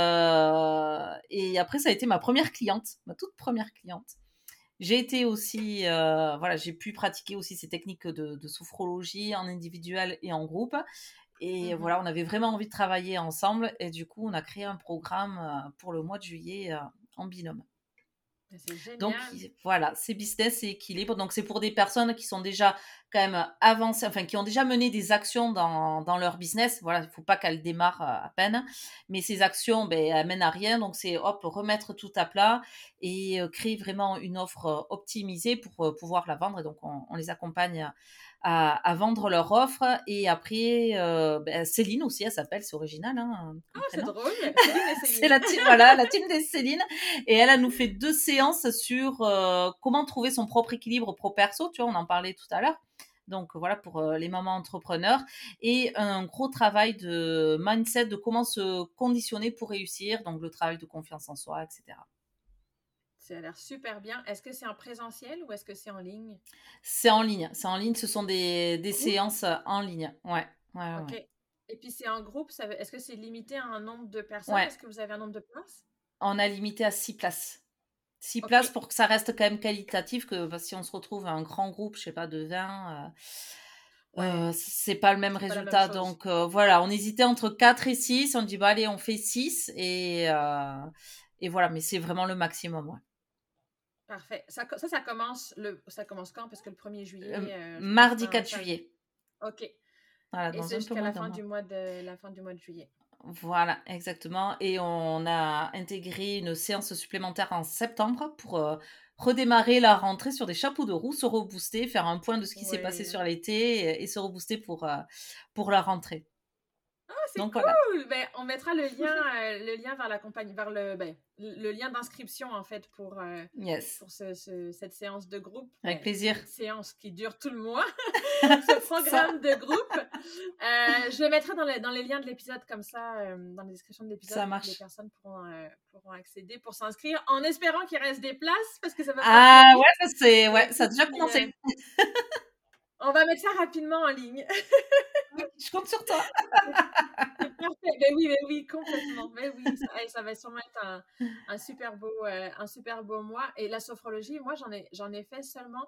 après, ça a été ma première cliente, ma toute première cliente. J'ai été aussi, voilà, j'ai pu pratiquer aussi ces techniques de sophrologie en individuel et en groupe. Et voilà, on avait vraiment envie de travailler ensemble. Et du coup, on a créé un programme pour le mois de juillet en binôme. C'est génial. Donc voilà, c'est business et équilibre. Donc c'est pour des personnes qui sont déjà quand même avancées, enfin qui ont déjà mené des actions dans leur business. Voilà, il ne faut pas qu'elles démarrent à peine. Mais ces actions, elles mènent à rien. Donc c'est remettre tout à plat et créer vraiment une offre optimisée pour pouvoir la vendre. Et donc on les accompagne à vendre leur offre. Et après, Céline aussi, elle s'appelle, c'est original. Hein, c'est drôle. Céline et Céline. C'est la team, voilà, la team des Céline. Et elle nous fait 2 séances sur comment trouver son propre équilibre pro-perso. Tu vois, on en parlait tout à l'heure. Donc voilà, pour les mamans entrepreneurs. Et un gros travail de mindset, de comment se conditionner pour réussir. Donc le travail de confiance en soi, etc. Ça a l'air super bien. Est-ce que c'est en présentiel ou est-ce que c'est en ligne? C'est en ligne. C'est en ligne. Ce sont des séances en ligne. Ouais. OK. Ouais. Et puis c'est en groupe. Est-ce que c'est limité à un nombre de personnes? Ouais. Est-ce que vous avez un nombre de places? On a limité à 6 places. 6 places pour que ça reste quand même qualitatif, que si on se retrouve à un grand groupe, je sais pas, de 20, c'est pas le même résultat. Donc voilà, on hésitait entre 4 et 6. On dit, allez, on fait 6 et voilà, mais c'est vraiment le maximum. Ouais. Parfait. Ça commence quand? Parce que le 1er juillet. Mardi 4 juillet. OK. Voilà, et c'est jusqu'à la fin du mois de juillet. Voilà, exactement. Et on a intégré une séance supplémentaire en septembre pour redémarrer la rentrée sur des chapeaux de roue, se rebooster, faire un point de ce qui s'est passé sur l'été et se rebooster pour la rentrée. Ah, c'est cool! Voilà. On mettra le lien vers la compagnie, vers le lien d'inscription en fait pour yes. cette séance de groupe. Avec plaisir. Cette séance qui dure tout le mois. ce Ça, programme de groupe. Je le mettrai dans les liens de l'épisode comme ça, dans la description de l'épisode, ça pour que les marche. personnes pourront accéder pour s'inscrire, en espérant qu'il reste des places parce que ça va pas Ah très vite. ouais, ça c'est, ouais, ça a Écoute, déjà puis, commencé. on va mettre ça rapidement en ligne. Je compte sur toi. C'est parfait. Mais oui, complètement. Mais oui, ça va sûrement être un super beau mois. Et la sophrologie, moi, j'en ai fait seulement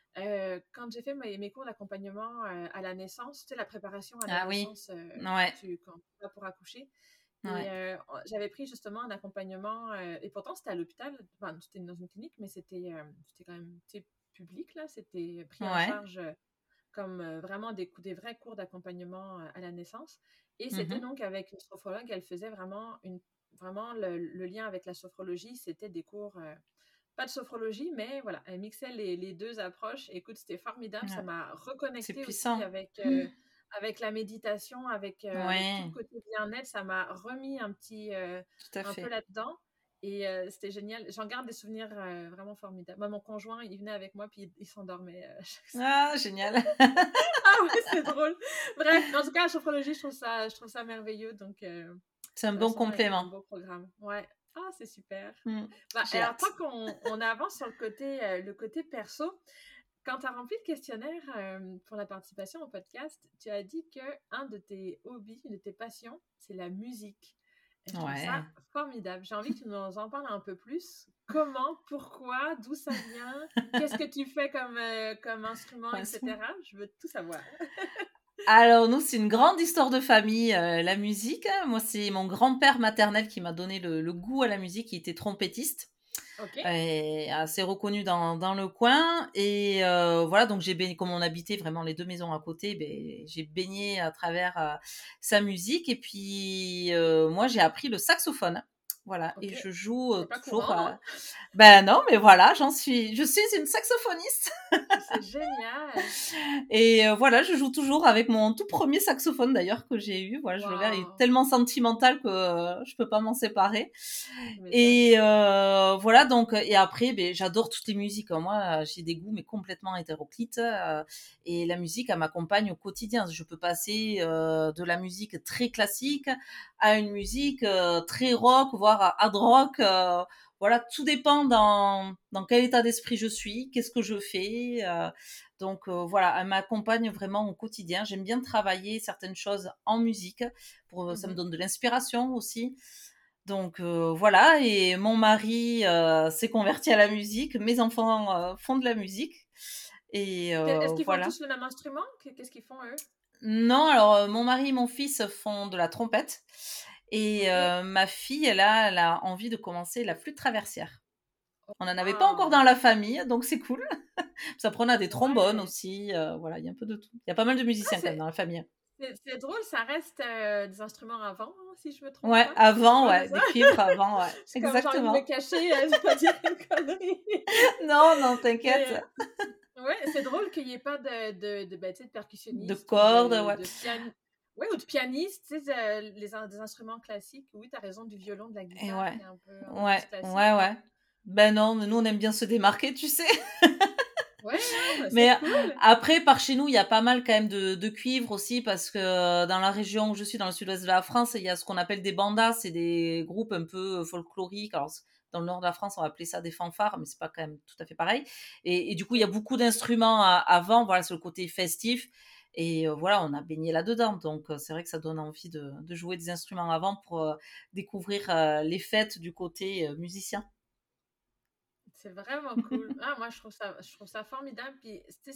quand j'ai fait mes cours d'accompagnement à la naissance, tu sais, la préparation à la Ah oui, naissance ouais, quand tu vas pour accoucher. Et ouais. j'avais pris justement un accompagnement, et pourtant c'était à l'hôpital, enfin, c'était dans une clinique, mais c'était quand même, tu sais, public, là. C'était pris en Ouais. charge comme vraiment des vrais cours d'accompagnement à la naissance. Et c'était Mhm. donc avec une sophrologue, elle faisait vraiment le lien avec la sophrologie, c'était des cours, pas de sophrologie, mais voilà, elle mixait les deux approches. Écoute, c'était formidable, ça Ouais. m'a C'est reconnecté aussi puissant. Mm. avec la méditation, avec tout le Ouais, côté bien-être, ça m'a remis tout à un peu fait. là-dedans. Et c'était génial. J'en garde des souvenirs vraiment formidables. Moi, mon conjoint, il venait avec moi, puis il s'endormait chaque soir. Ah, génial. Ah ouais, c'est drôle. Bref, en tout cas, la sophrologie, je trouve ça merveilleux. Donc, C'est un ça va bon sûrement être un complément. beau programme. Ouais. Ah, c'est super. Mm. Bah, J'ai alors, tant hâte. qu'on avance sur le côté perso, quand tu as rempli le questionnaire pour la participation au podcast, tu as dit que un de tes hobbies, une de tes passions, c'est la musique. Et je trouve ça Ouais. formidable. J'ai envie que tu nous en parles un peu plus. Comment, pourquoi, d'où ça vient, qu'est-ce que tu fais comme instrument, Franchement. etc. Je veux tout savoir. Alors, nous, c'est une grande histoire de famille, la musique. Moi, c'est mon grand-père maternel qui m'a donné le goût à la musique. Il était trompettiste. OK. Et assez reconnu dans le coin. Et voilà, donc j'ai baigné, comme on habitait vraiment les deux maisons à côté, ben, j'ai baigné à travers sa musique. Et puis, moi, j'ai appris le saxophone. Voilà, et OK. je joue C'est pas toujours. courant, hein? Ben non, mais voilà, je suis une saxophoniste. C'est génial. Et voilà, je joue toujours avec mon tout premier saxophone d'ailleurs que j'ai eu. Voilà, je le garde, il est Waouh. tellement sentimental que je peux pas m'en séparer. Tu m'étonnes. Et voilà, donc, et après, ben, j'adore toutes les musiques. Moi, j'ai des goûts, mais complètement hétéroclites. Et la musique, elle m'accompagne au quotidien. Je peux passer de la musique très classique à une musique très rock, voire hard rock. Voilà, tout dépend dans quel état d'esprit je suis, qu'est-ce que je fais. Donc voilà, elle m'accompagne vraiment au quotidien. J'aime bien travailler certaines choses en musique. Ça me Mhm. donne de l'inspiration aussi. Donc voilà, et mon mari s'est converti à la musique, mes enfants font de la musique, et Est-ce qu'ils font voilà. tous le même instrument? Qu'est-ce qu'ils font, eux? Non, alors mon mari et mon fils font de la trompette, et OK. ma fille, elle a envie de commencer la flûte traversière. Oh, On n'en avait pas encore wow. dans la famille, donc c'est cool. Ça prenait à des trombones Ouais. aussi, voilà, il y a un peu de tout. Il y a pas mal de Ah, musiciens quand même dans la famille. c'est drôle, ça reste des instruments avant, hein, si je me trompe Ouais, pas. C'est avant, quoi, c'est ouais, ça? des cuivres avant, ouais, Je suis comme, j'ai envie de me exactement. cacher, je pas dire une connerie. Non, non, t'inquiète. Mais ouais, c'est drôle qu'il n'y ait pas ben, tu sais, de De percussionniste ou cordes, ouais. ouais, ou de pianiste, tu sais, des instruments classiques. Oui, tu as raison, du violon, de la Et guitare, ouais, qui est un peu plus ouais, classique, ouais, mais ouais. Ben non, mais nous on aime bien se démarquer, tu sais. ouais, hein, ben, Mais c'est cool. après, par chez nous, il y a pas mal quand même de cuivre aussi, parce que dans la région où je suis, dans le sud-ouest de la France, il y a ce qu'on appelle des bandas, c'est des groupes un peu folkloriques. Alors, dans le nord de la France, on va appeler ça des fanfares, mais c'est pas quand même tout à fait pareil. Et du coup, il y a OK. beaucoup d'instruments avant, voilà, c'est le côté festif. Et voilà, on a baigné là-dedans. Donc, c'est vrai que ça donne envie de jouer des instruments avant pour découvrir les fêtes du côté musicien. C'est vraiment cool. Ah, moi, je trouve ça formidable. Puis, tu sais,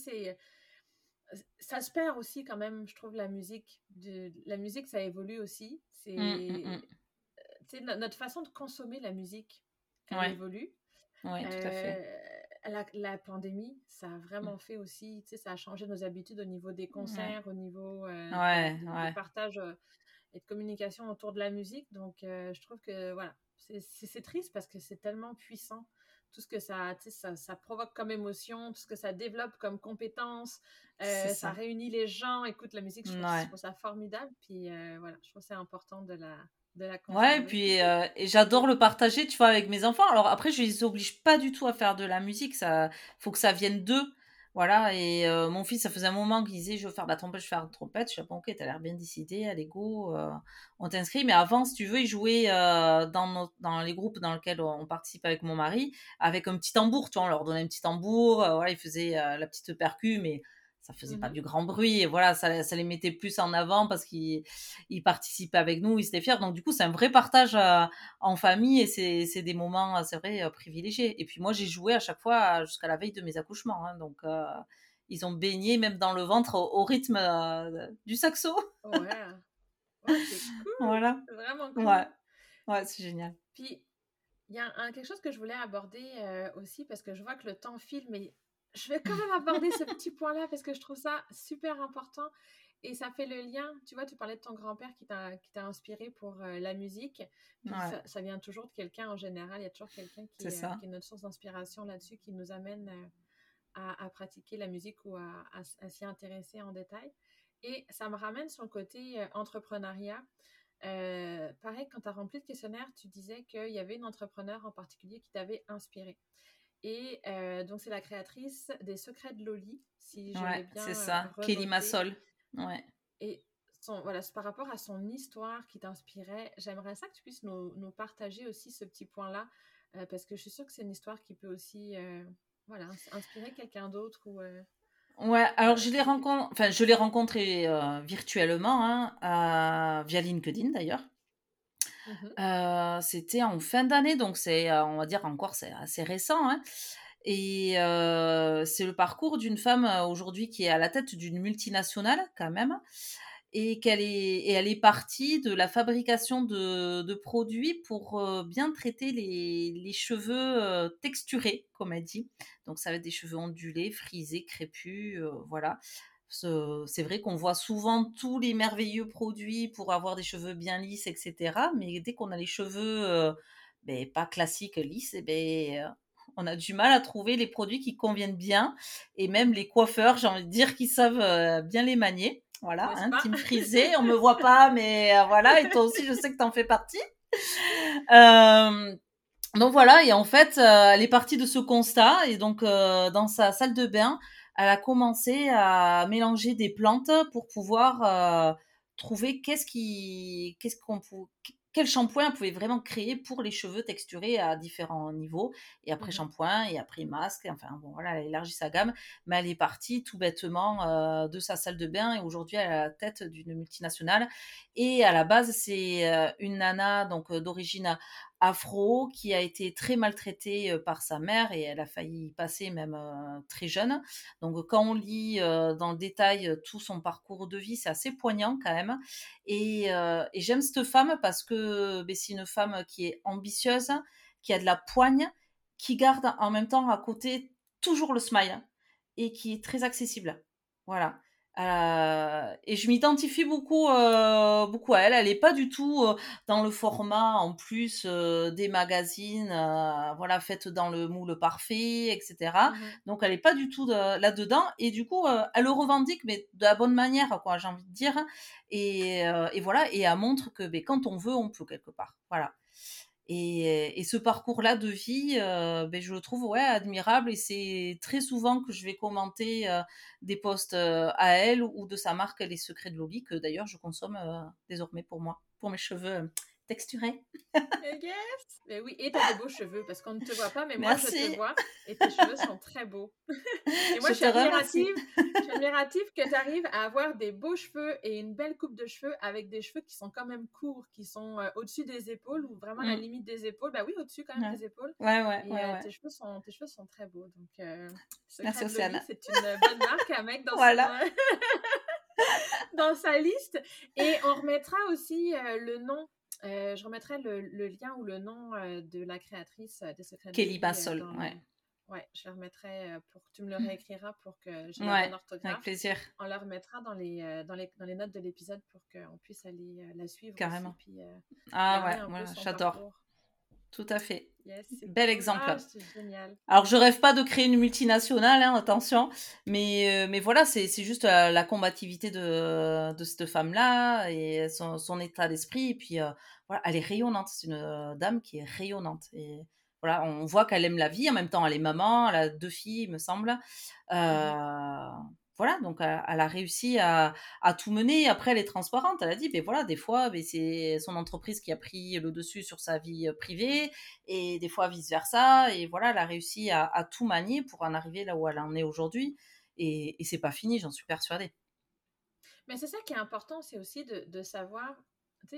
ça se perd aussi quand même, je trouve, la musique. La musique, ça évolue aussi. Mm, mm, mm. Tu sais, notre façon de consommer la musique, elle Ouais, évolue. ouais, tout à fait. Euh, la pandémie, ça a vraiment fait aussi, tu sais, ça a changé nos habitudes au niveau des Ouais, concerts, au niveau voilà, ouais, de ouais. partage et de communication autour de la musique. Donc, je trouve que voilà, c'est triste parce que c'est tellement puissant. Tout ce que ça, tu sais, ça provoque comme émotion, tout ce que ça développe comme compétence, C'est ça ça. réunit les gens. Écoute, la musique, je Ouais. trouve ça formidable. Puis voilà, je trouve que c'est important de la Ouais, et conserver. puis et j'adore le partager, tu vois, avec mes enfants. Alors après, je les oblige pas du tout à faire de la musique, ça faut que ça vienne d'eux. Voilà, et mon fils, ça faisait un moment qu'il disait: «Je veux faire de la trompette, je veux faire de la trompette». Je suis: «Bon, OK, t'as l'air bien décidé, allez go, on t'inscrit». Mais avant, si tu veux, il jouait, dans les groupes dans lesquels on participe avec mon mari, avec un petit tambour, tu vois? On leur donnait un petit tambour, voilà, ils faisaient, la petite percu, mais ça faisait pas Mhm. du grand bruit et voilà, ça les mettait plus en avant parce qu'ils participaient avec nous, ils étaient fiers. Donc du coup, c'est un vrai partage, en famille et c'est des moments, c'est vrai, privilégiés. Et puis moi, j'ai joué à chaque fois jusqu'à la veille de mes accouchements, hein, donc ils ont baigné même dans le ventre au rythme du saxo. Ouais. Ouais, c'est cool. Voilà. C'est vraiment cool. Ouais, ouais, c'est génial. Puis, il y a quelque chose que je voulais aborder aussi parce que je vois que le temps file, mais je vais quand même aborder ce petit point-là parce que je trouve ça super important et ça fait le lien. Tu vois, tu parlais de ton grand-père qui t'a inspiré pour la musique, puis Ouais, ça vient toujours de quelqu'un en général. Il y a toujours quelqu'un c'est ça. qui est notre source d'inspiration là-dessus, qui nous amène à pratiquer la musique ou à s'y intéresser en détail. Et ça me ramène sur le côté entrepreneuriat. Pareil, quand tu as rempli le questionnaire, tu disais qu'il y avait une entrepreneur en particulier qui t'avait inspiré. Et donc, c'est la créatrice des Secrets de Loli, si je l'ai Ouais, c'est bien ça. Kelly renoté. Massol. Ouais. Et voilà, c'est par rapport à son histoire qui t'inspirait, j'aimerais ça que tu puisses nous partager aussi ce petit point-là, parce que je suis sûre que c'est une histoire qui peut aussi voilà, inspirer quelqu'un d'autre ou Ouais, alors trouver quelque chose. je l'ai rencontré virtuellement, hein, via LinkedIn d'ailleurs. Mhm, C'était en fin d'année, donc c'est, on va dire encore c'est assez récent, hein, et c'est le parcours d'une femme, aujourd'hui qui est à la tête d'une multinationale quand même et elle est partie de la fabrication de produits pour, bien traiter les cheveux, texturés, comme elle dit. Donc ça va être des cheveux ondulés, frisés, crépus, voilà. C'est vrai qu'on voit souvent tous les merveilleux produits pour avoir des cheveux bien lisses, et cetera, mais dès qu'on a les cheveux, pas classiques, lisses, et on a du mal à trouver les produits qui conviennent bien et même mhm. les coiffeurs, j'ai envie de dire, qui savent, bien les manier. Voilà, N'est-ce hein, pas? team frisé, on me voit pas, mais voilà, et toi aussi, je sais que tu en fais partie. Hem, donc voilà, et en fait, elle est partie de ce constat et donc dans sa salle de bain, elle a commencé à mélanger des plantes pour pouvoir, trouver quel shampoing elle pouvait vraiment créer pour les cheveux texturés à différents niveaux et après Mhm, shampoing et après masque, enfin bon voilà, elle a élargi sa gamme, mais elle est partie tout bêtement, de sa salle de bain et aujourd'hui elle est à la tête d'une multinationale et à la base c'est, une nana donc, d'origine afro, qui a été très maltraitée par sa mère et elle a failli y passer même très jeune. Donc quand on lit dans le détail tout son parcours de vie, c'est assez poignant quand même. Et j'aime cette femme parce que c'est une femme qui est ambitieuse, qui a de la poigne, qui garde en même temps à côté toujours le smile et qui est très accessible. Voilà. Et je m'identifie beaucoup, beaucoup à elle. Elle n'est pas du tout dans le format en plus des magazines, voilà, faites dans le moule parfait, etc. mhm. Donc elle est pas du tout là-dedans et du coup elle le revendique mais de la bonne manière, quoi, j'ai envie de dire. Et voilà, et elle montre que quand on veut, on peut quelque part. Voilà. Et ce parcours-là de vie, je le trouve ouais, admirable et c'est très souvent que je vais commenter des posts à elle ou de sa marque Les Secrets de Loli, que d'ailleurs je consomme désormais pour moi, pour mes cheveux texturés. Yes! Mais oui, et t'as des beaux cheveux parce qu'on ne te voit pas, mais moi je te Merci, vois et tes cheveux sont très beaux. Et moi je te remercie. je suis admirative que tu arrives à avoir des beaux cheveux et une belle coupe de cheveux avec des cheveux qui sont quand même courts, qui sont au-dessus des épaules ou vraiment à la Mm, limite des épaules. Bah oui, au-dessus quand même ouais. des épaules. Ouais, ouais, Et ouais, ouais. tes cheveux sont très beaux. Donc, Merci Secret de Loli, Océane. c'est une bonne marque à mettre dans son, Voilà, dans sa liste. Et on remettra aussi le nom. Je remettrai le lien ou le nom de la créatrice des Secrets de Kelly Loli Bassol, dans ouais. le. Ouais, je le remettrai pour. Tu me le réécriras pour que j'ai la bonne Ouais, avec orthographe. plaisir, On la remettra dans les notes de l'épisode pour qu'on puisse aller la suivre aussi. carrément. Puis Ah regarder ouais, un peu voilà, son j'adore. parcours. Tout à fait. Yes, c'est Bel cool. Ah, exemple. c'est génial. Alors, je rêve pas de créer une multinationale, hein, attention, mais voilà, c'est juste la combativité de cette femme-là et son état d'esprit. Et puis, voilà, elle est rayonnante. C'est une dame qui est rayonnante. Et voilà, on voit qu'elle aime la vie. En même temps, elle est maman, elle a 2 filles, il me semble. Voilà, donc elle a réussi à tout mener. Après, elle est transparente. Elle a dit, ben voilà, des fois, ben, c'est son entreprise qui a pris le dessus sur sa vie privée, et des fois vice-versa. Et voilà, elle a réussi à tout manier pour en arriver là où elle en est aujourd'hui. Et c'est pas fini, j'en suis persuadée. Mais c'est ça qui est important, c'est aussi de savoir, tu sais,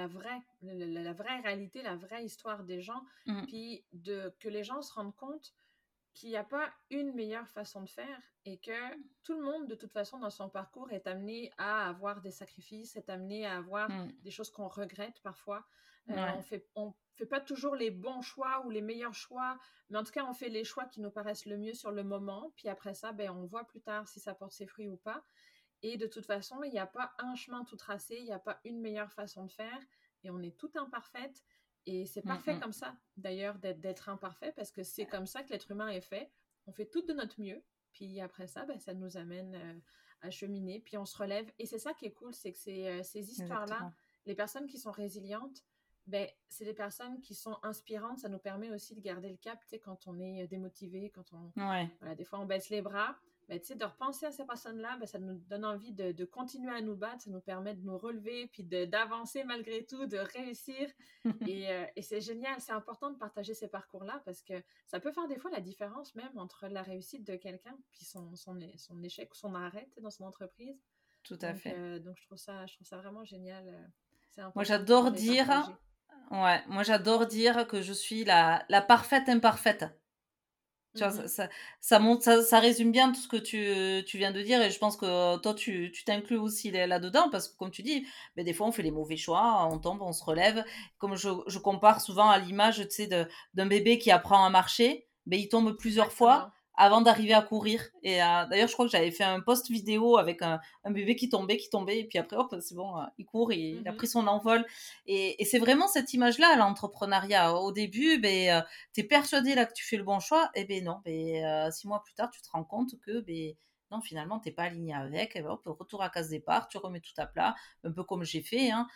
la vraie réalité, la vraie histoire des gens, Mmh. puis que les gens se rendent compte qu'il n'y a pas une meilleure façon de faire et que tout le monde, de toute façon, dans son parcours, est amené à avoir des sacrifices, est amené à avoir Mmh. des choses qu'on regrette parfois. Ouais. On fait pas toujours les bons choix ou les meilleurs choix, mais en tout cas, on fait les choix qui nous paraissent le mieux sur le moment. Puis après ça, ben, on voit plus tard si ça porte ses fruits ou pas. Et de toute façon, il n'y a pas un chemin tout tracé, il n'y a pas une meilleure façon de faire. Et on est tout imparfaite. Et c'est Mmh parfait mh. comme ça, d'ailleurs, d'être imparfait, parce que c'est comme ça que l'être humain est fait. On fait tout de notre mieux. Puis après ça, ben, ça nous amène à cheminer. Puis on se relève. Et c'est ça qui est cool, c'est que ces histoires-là, Exactement. les personnes qui sont résilientes, ben, c'est des personnes qui sont inspirantes. Ça nous permet aussi de garder le cap, tu sais, quand on est démotivé, quand on... Ouais. Voilà, des fois, on baisse les bras. Ben, tu sais, de repenser à ces personnes-là, ben, ça nous donne envie de continuer à nous battre, ça nous permet de nous relever, puis d'avancer malgré tout, de réussir. Et c'est génial, c'est important de partager ces parcours-là parce que ça peut faire des fois la différence même entre la réussite de quelqu'un puis son échec ou son arrêt, tu sais, dans son entreprise. Tout à fait. Donc je trouve ça vraiment génial. C'est Moi, important j'adore de les dire partager. ouais, moi, j'adore dire que je suis la parfaite imparfaite. Tu vois? Mhm. Ça résume bien tout ce que tu viens de dire, et je pense que toi, tu t'inclus aussi là-dedans parce que comme tu dis, beh, des fois, on fait les mauvais choix, on tombe, on se relève. Comme je compare souvent à l'image, tu sais, d'un bébé qui apprend à marcher, beh, il tombe plusieurs fois Exactement. avant d'arriver à courir. Et d'ailleurs, je crois que j'avais fait un post vidéo avec un bébé qui tombait, et puis après, hop, c'est bon, il court, il a Mhm. pris son envol. Et c'est vraiment cette image-là, l'entrepreneuriat. Au début, ben, tu es persuadé là que tu fais le bon choix, et ben non, ben, 6 mois plus tard, tu te rends compte que ben, non, finalement, t'es pas aligné avec, et ben, hop, retour à case départ, tu remets tout à plat, un peu comme j'ai fait, hein,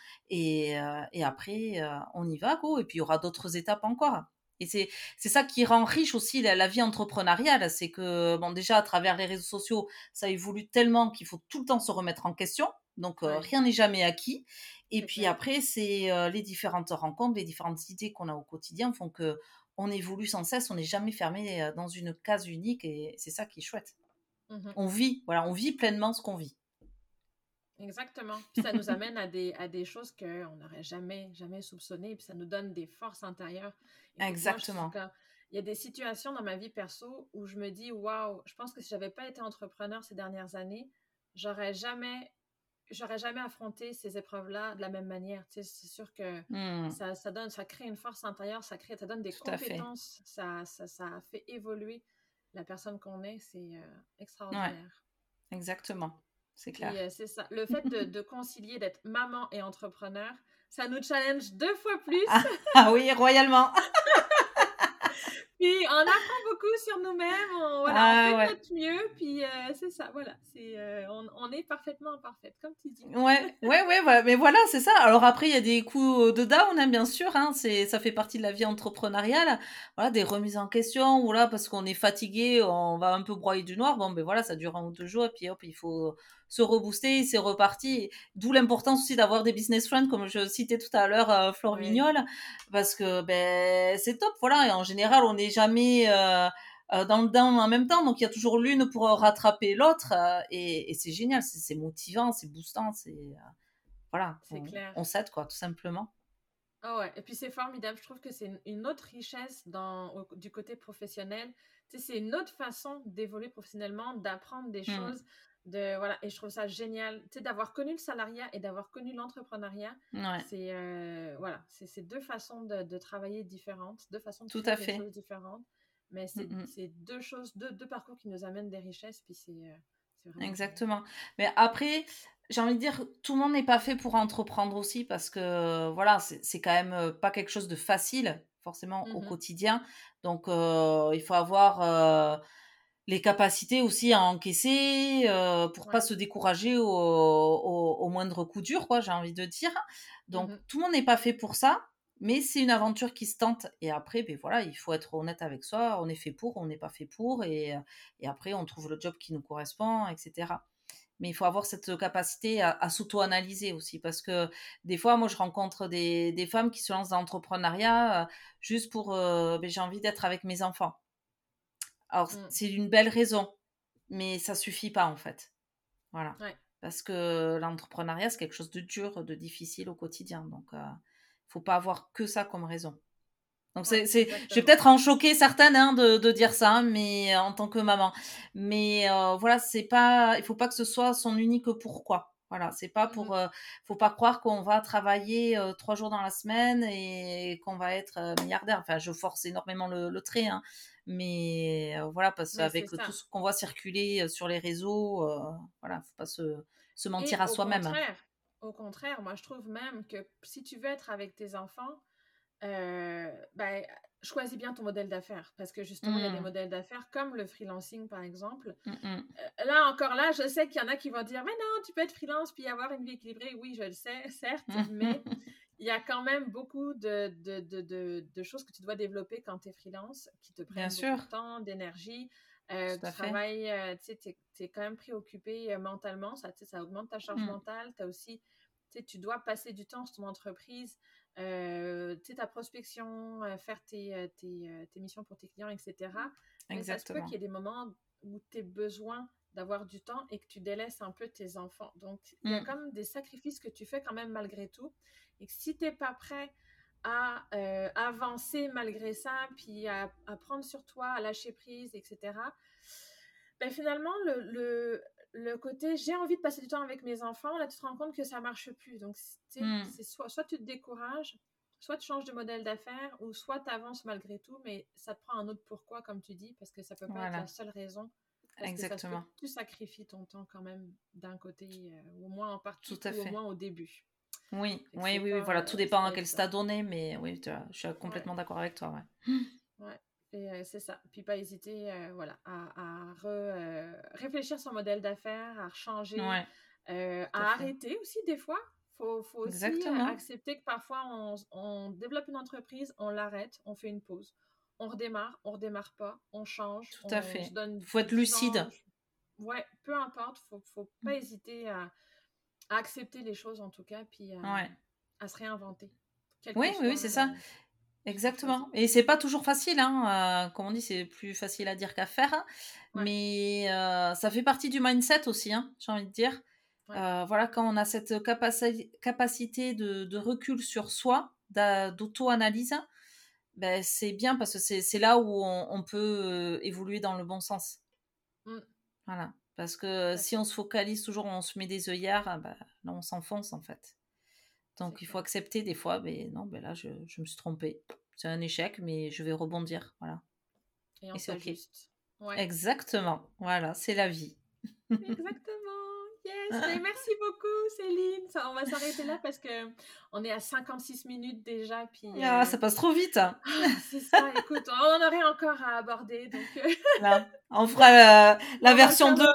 et après, on y va, go, et puis il y aura d'autres étapes encore. Et c'est ça qui rend riche aussi la vie entrepreneuriale, c'est que, bon, déjà, à travers les réseaux sociaux, ça évolue tellement qu'il faut tout le temps se remettre en question, donc Ouais, rien n'est jamais acquis. Et c'est puis clair. après, c'est les différentes rencontres, les différentes idées qu'on a au quotidien font que on évolue sans cesse, on n'est jamais fermé dans une case unique, et c'est ça qui est chouette. Mhm. On vit, voilà, on vit pleinement ce qu'on vit. Exactement. Puis ça nous amène à des choses qu'on n'aurait jamais soupçonnées. Puis ça nous donne des forces intérieures. Écoute, moi, Exactement. il y a des situations dans ma vie perso où je me dis, waouh, je pense que si j'avais pas été entrepreneur ces dernières années, j'aurais jamais, j'aurais jamais affronté ces épreuves-là de la même manière. Tu sais, c'est sûr que Hmm, ça crée une force intérieure, ça donne des tout à fait. compétences, ça fait évoluer la personne qu'on est. C'est Ouais, extraordinaire. exactement. C'est Puis clair. c'est ça. Le fait de concilier d'être maman et entrepreneur, ça nous challenge 2 fois plus. Ah, ah oui, royalement. Puis on apprend beaucoup sur nous-mêmes. Voilà, on fait Ah de ouais. notre mieux. Puis c'est ça. Voilà, on est parfaitement imparfaite, comme tu dis. Ouais, mais voilà, c'est ça. Alors après, il y a des coups de down, hein, bien sûr, hein, ça fait partie de la vie entrepreneuriale. Voilà, des remises en question, voilà, parce qu'on est fatigué, on va un peu broyer du noir. Bon, ben voilà, ça dure 1 ou 2 jours, et puis hop, il faut se rebooster, c'est reparti. D'où l'importance aussi d'avoir des business friends, comme je citais tout à l'heure, Flore Ouais. Vignol, parce que ben c'est top, voilà. Et en général, on n'est jamais dans le down en même temps, donc il y a toujours l'une pour rattraper l'autre, et c'est génial, c'est motivant, c'est boostant, voilà, C'est clair. on s'aide, quoi, tout simplement. Ah ouais, et puis c'est formidable. Je trouve que c'est une autre richesse du côté professionnel. Tu sais, c'est une autre façon d'évoluer professionnellement, d'apprendre des Mm. choses, voilà. Et je trouve ça génial. Tu sais, d'avoir connu le salariat et d'avoir connu l'entrepreneuriat, Ouais, voilà, c'est 2 façons de travailler différentes, 2 façons de tout créer à des fait. choses différentes. Mais Mm, mm. c'est 2 choses, deux parcours qui nous amènent des richesses, puis c'est vraiment génial. Exactement. Mais après, j'ai envie de dire, tout le monde n'est pas fait pour entreprendre aussi, parce que voilà, c'est quand même pas quelque chose de facile, forcément, au Mhm. quotidien. Donc, il faut avoir les capacités aussi à encaisser, pour pas Ouais. se décourager au moindre coup dur, quoi, j'ai envie de dire. Donc, Mhm. tout le monde n'est pas fait pour ça. Mais c'est une aventure qui se tente. Et après, ben voilà, il faut être honnête avec soi. On est fait pour, on n'est pas fait pour. Et après, on trouve le job qui nous correspond, etc. Mais il faut avoir cette capacité à s'auto-analyser aussi. Parce que des fois, moi, je rencontre des femmes qui se lancent dans l'entrepreneuriat juste pour j'ai envie d'être avec mes enfants. Alors, c'est une belle raison, mais ça suffit pas, en fait. Voilà. Ouais. Parce que l'entrepreneuriat, c'est quelque chose de dur, de difficile au quotidien. Donc, faut pas avoir que ça comme raison. Donc, je vais peut-être en choquer certaines de dire ça, mais en tant que maman. Mais voilà, il faut pas que ce soit son unique pourquoi. Voilà, c'est pas pour. Faut pas croire qu'on va travailler 3 jours dans la semaine et qu'on va être milliardaire. Enfin, je force énormément le trait, hein. Mais voilà, parce qu'avec tout ce qu'on voit circuler sur les réseaux, voilà, faut pas se mentir à soi-même. Au contraire, moi je trouve même que si tu veux être avec tes enfants, choisis bien ton modèle d'affaires, parce que justement, il y a des modèles d'affaires comme le freelancing, par exemple. Là, je sais qu'il y en a qui vont dire, mais non, tu peux être freelance puis avoir une vie équilibrée. Oui, je le sais, certes, mais il y a quand même beaucoup de choses que tu dois développer quand tu es freelance, qui te prennent beaucoup de temps, d'énergie. Tu travailles, tu es quand même préoccupé mentalement, ça augmente ta charge mentale. Tu as aussi, tu dois passer du temps sur ton entreprise, ta prospection, faire tes missions pour tes clients, etc. Mais ça se peut qu'il y ait des moments où tu as besoin d'avoir du temps et que tu délaisses un peu tes enfants. Donc, il y a comme des sacrifices que tu fais quand même malgré tout. Et que si tu n'es pas prêt à avancer malgré ça, puis à prendre sur toi, à lâcher prise, etc., finalement, le côté j'ai envie de passer du temps avec mes enfants, là tu te rends compte que ça marche plus. Donc c'est soit tu te décourages, soit tu changes de modèle d'affaires, ou soit tu avances malgré tout, mais ça te prend un autre pourquoi, comme tu dis, parce que ça peut pas être la seule raison. Parce que ça se fait que tu sacrifies ton temps quand même d'un côté, au moins en partie, ou au moins au début. Oui, voilà, tout dépend à quel stade on est, mais oui, je suis complètement d'accord avec toi. Ouais. Et c'est ça. Puis pas hésiter à réfléchir son modèle d'affaires, à changer, à arrêter aussi des fois. Faut aussi accepter que parfois on développe une entreprise, on l'arrête, on fait une pause. On redémarre pas, on change. Tout à fait. Faut être lucide. Ouais, peu importe, faut pas hésiter à accepter les choses en tout cas, puis à se réinventer. Oui, c'est ça. Exactement. Et c'est pas toujours facile, hein. Comme on dit, c'est plus facile à dire qu'à faire. Hein. Mais ça fait partie du mindset aussi, hein, j'ai envie de dire. Voilà, quand on a cette capacité de recul sur soi, d'auto-analyse, c'est bien parce que c'est là où on peut évoluer dans le bon sens. Voilà. Parce que si on se focalise toujours, on se met des œillères, là on s'enfonce en fait. Donc il faut accepter des fois, là je me suis trompée. C'est un échec, mais je vais rebondir. Voilà. Et c'est ok. Ouais. Exactement. Voilà, c'est la vie. Exactement. Yes. Mais merci beaucoup, Céline. On va s'arrêter là parce qu'on est à 56 minutes déjà. Puis, ça passe trop vite. C'est ça. Écoute, on en aurait encore à aborder. Donc, là, on fera la version 2.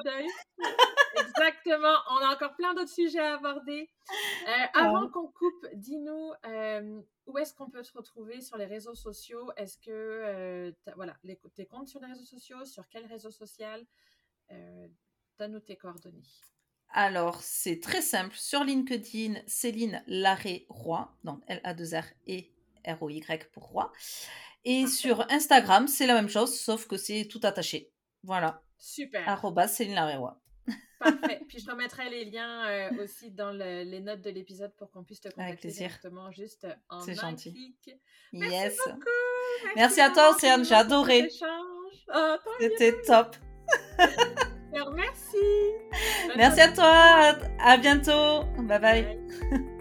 Exactement. On a encore plein d'autres sujets à aborder. Avant qu'on coupe, dis-nous où est-ce qu'on peut te retrouver sur les réseaux sociaux? Est-ce que tes comptes sur les réseaux sociaux? Sur quel réseau social? Donne-nous tes coordonnées. Alors, c'est très simple. Sur LinkedIn, Céline Larrey-Roy, donc L-A-2-R-E-R-O-Y pour Roy. Et sur Instagram, c'est la même chose, sauf que c'est tout attaché. Voilà. Super. @Céline Larrey-Roy. Parfait. Puis je remettrai les liens aussi dans les notes de l'épisode pour qu'on puisse te contacter directement juste en un clic. Merci beaucoup. Merci à toi, Océane. J'ai adoré. C'était top. Merci. Merci à toi. À bientôt. Bye bye.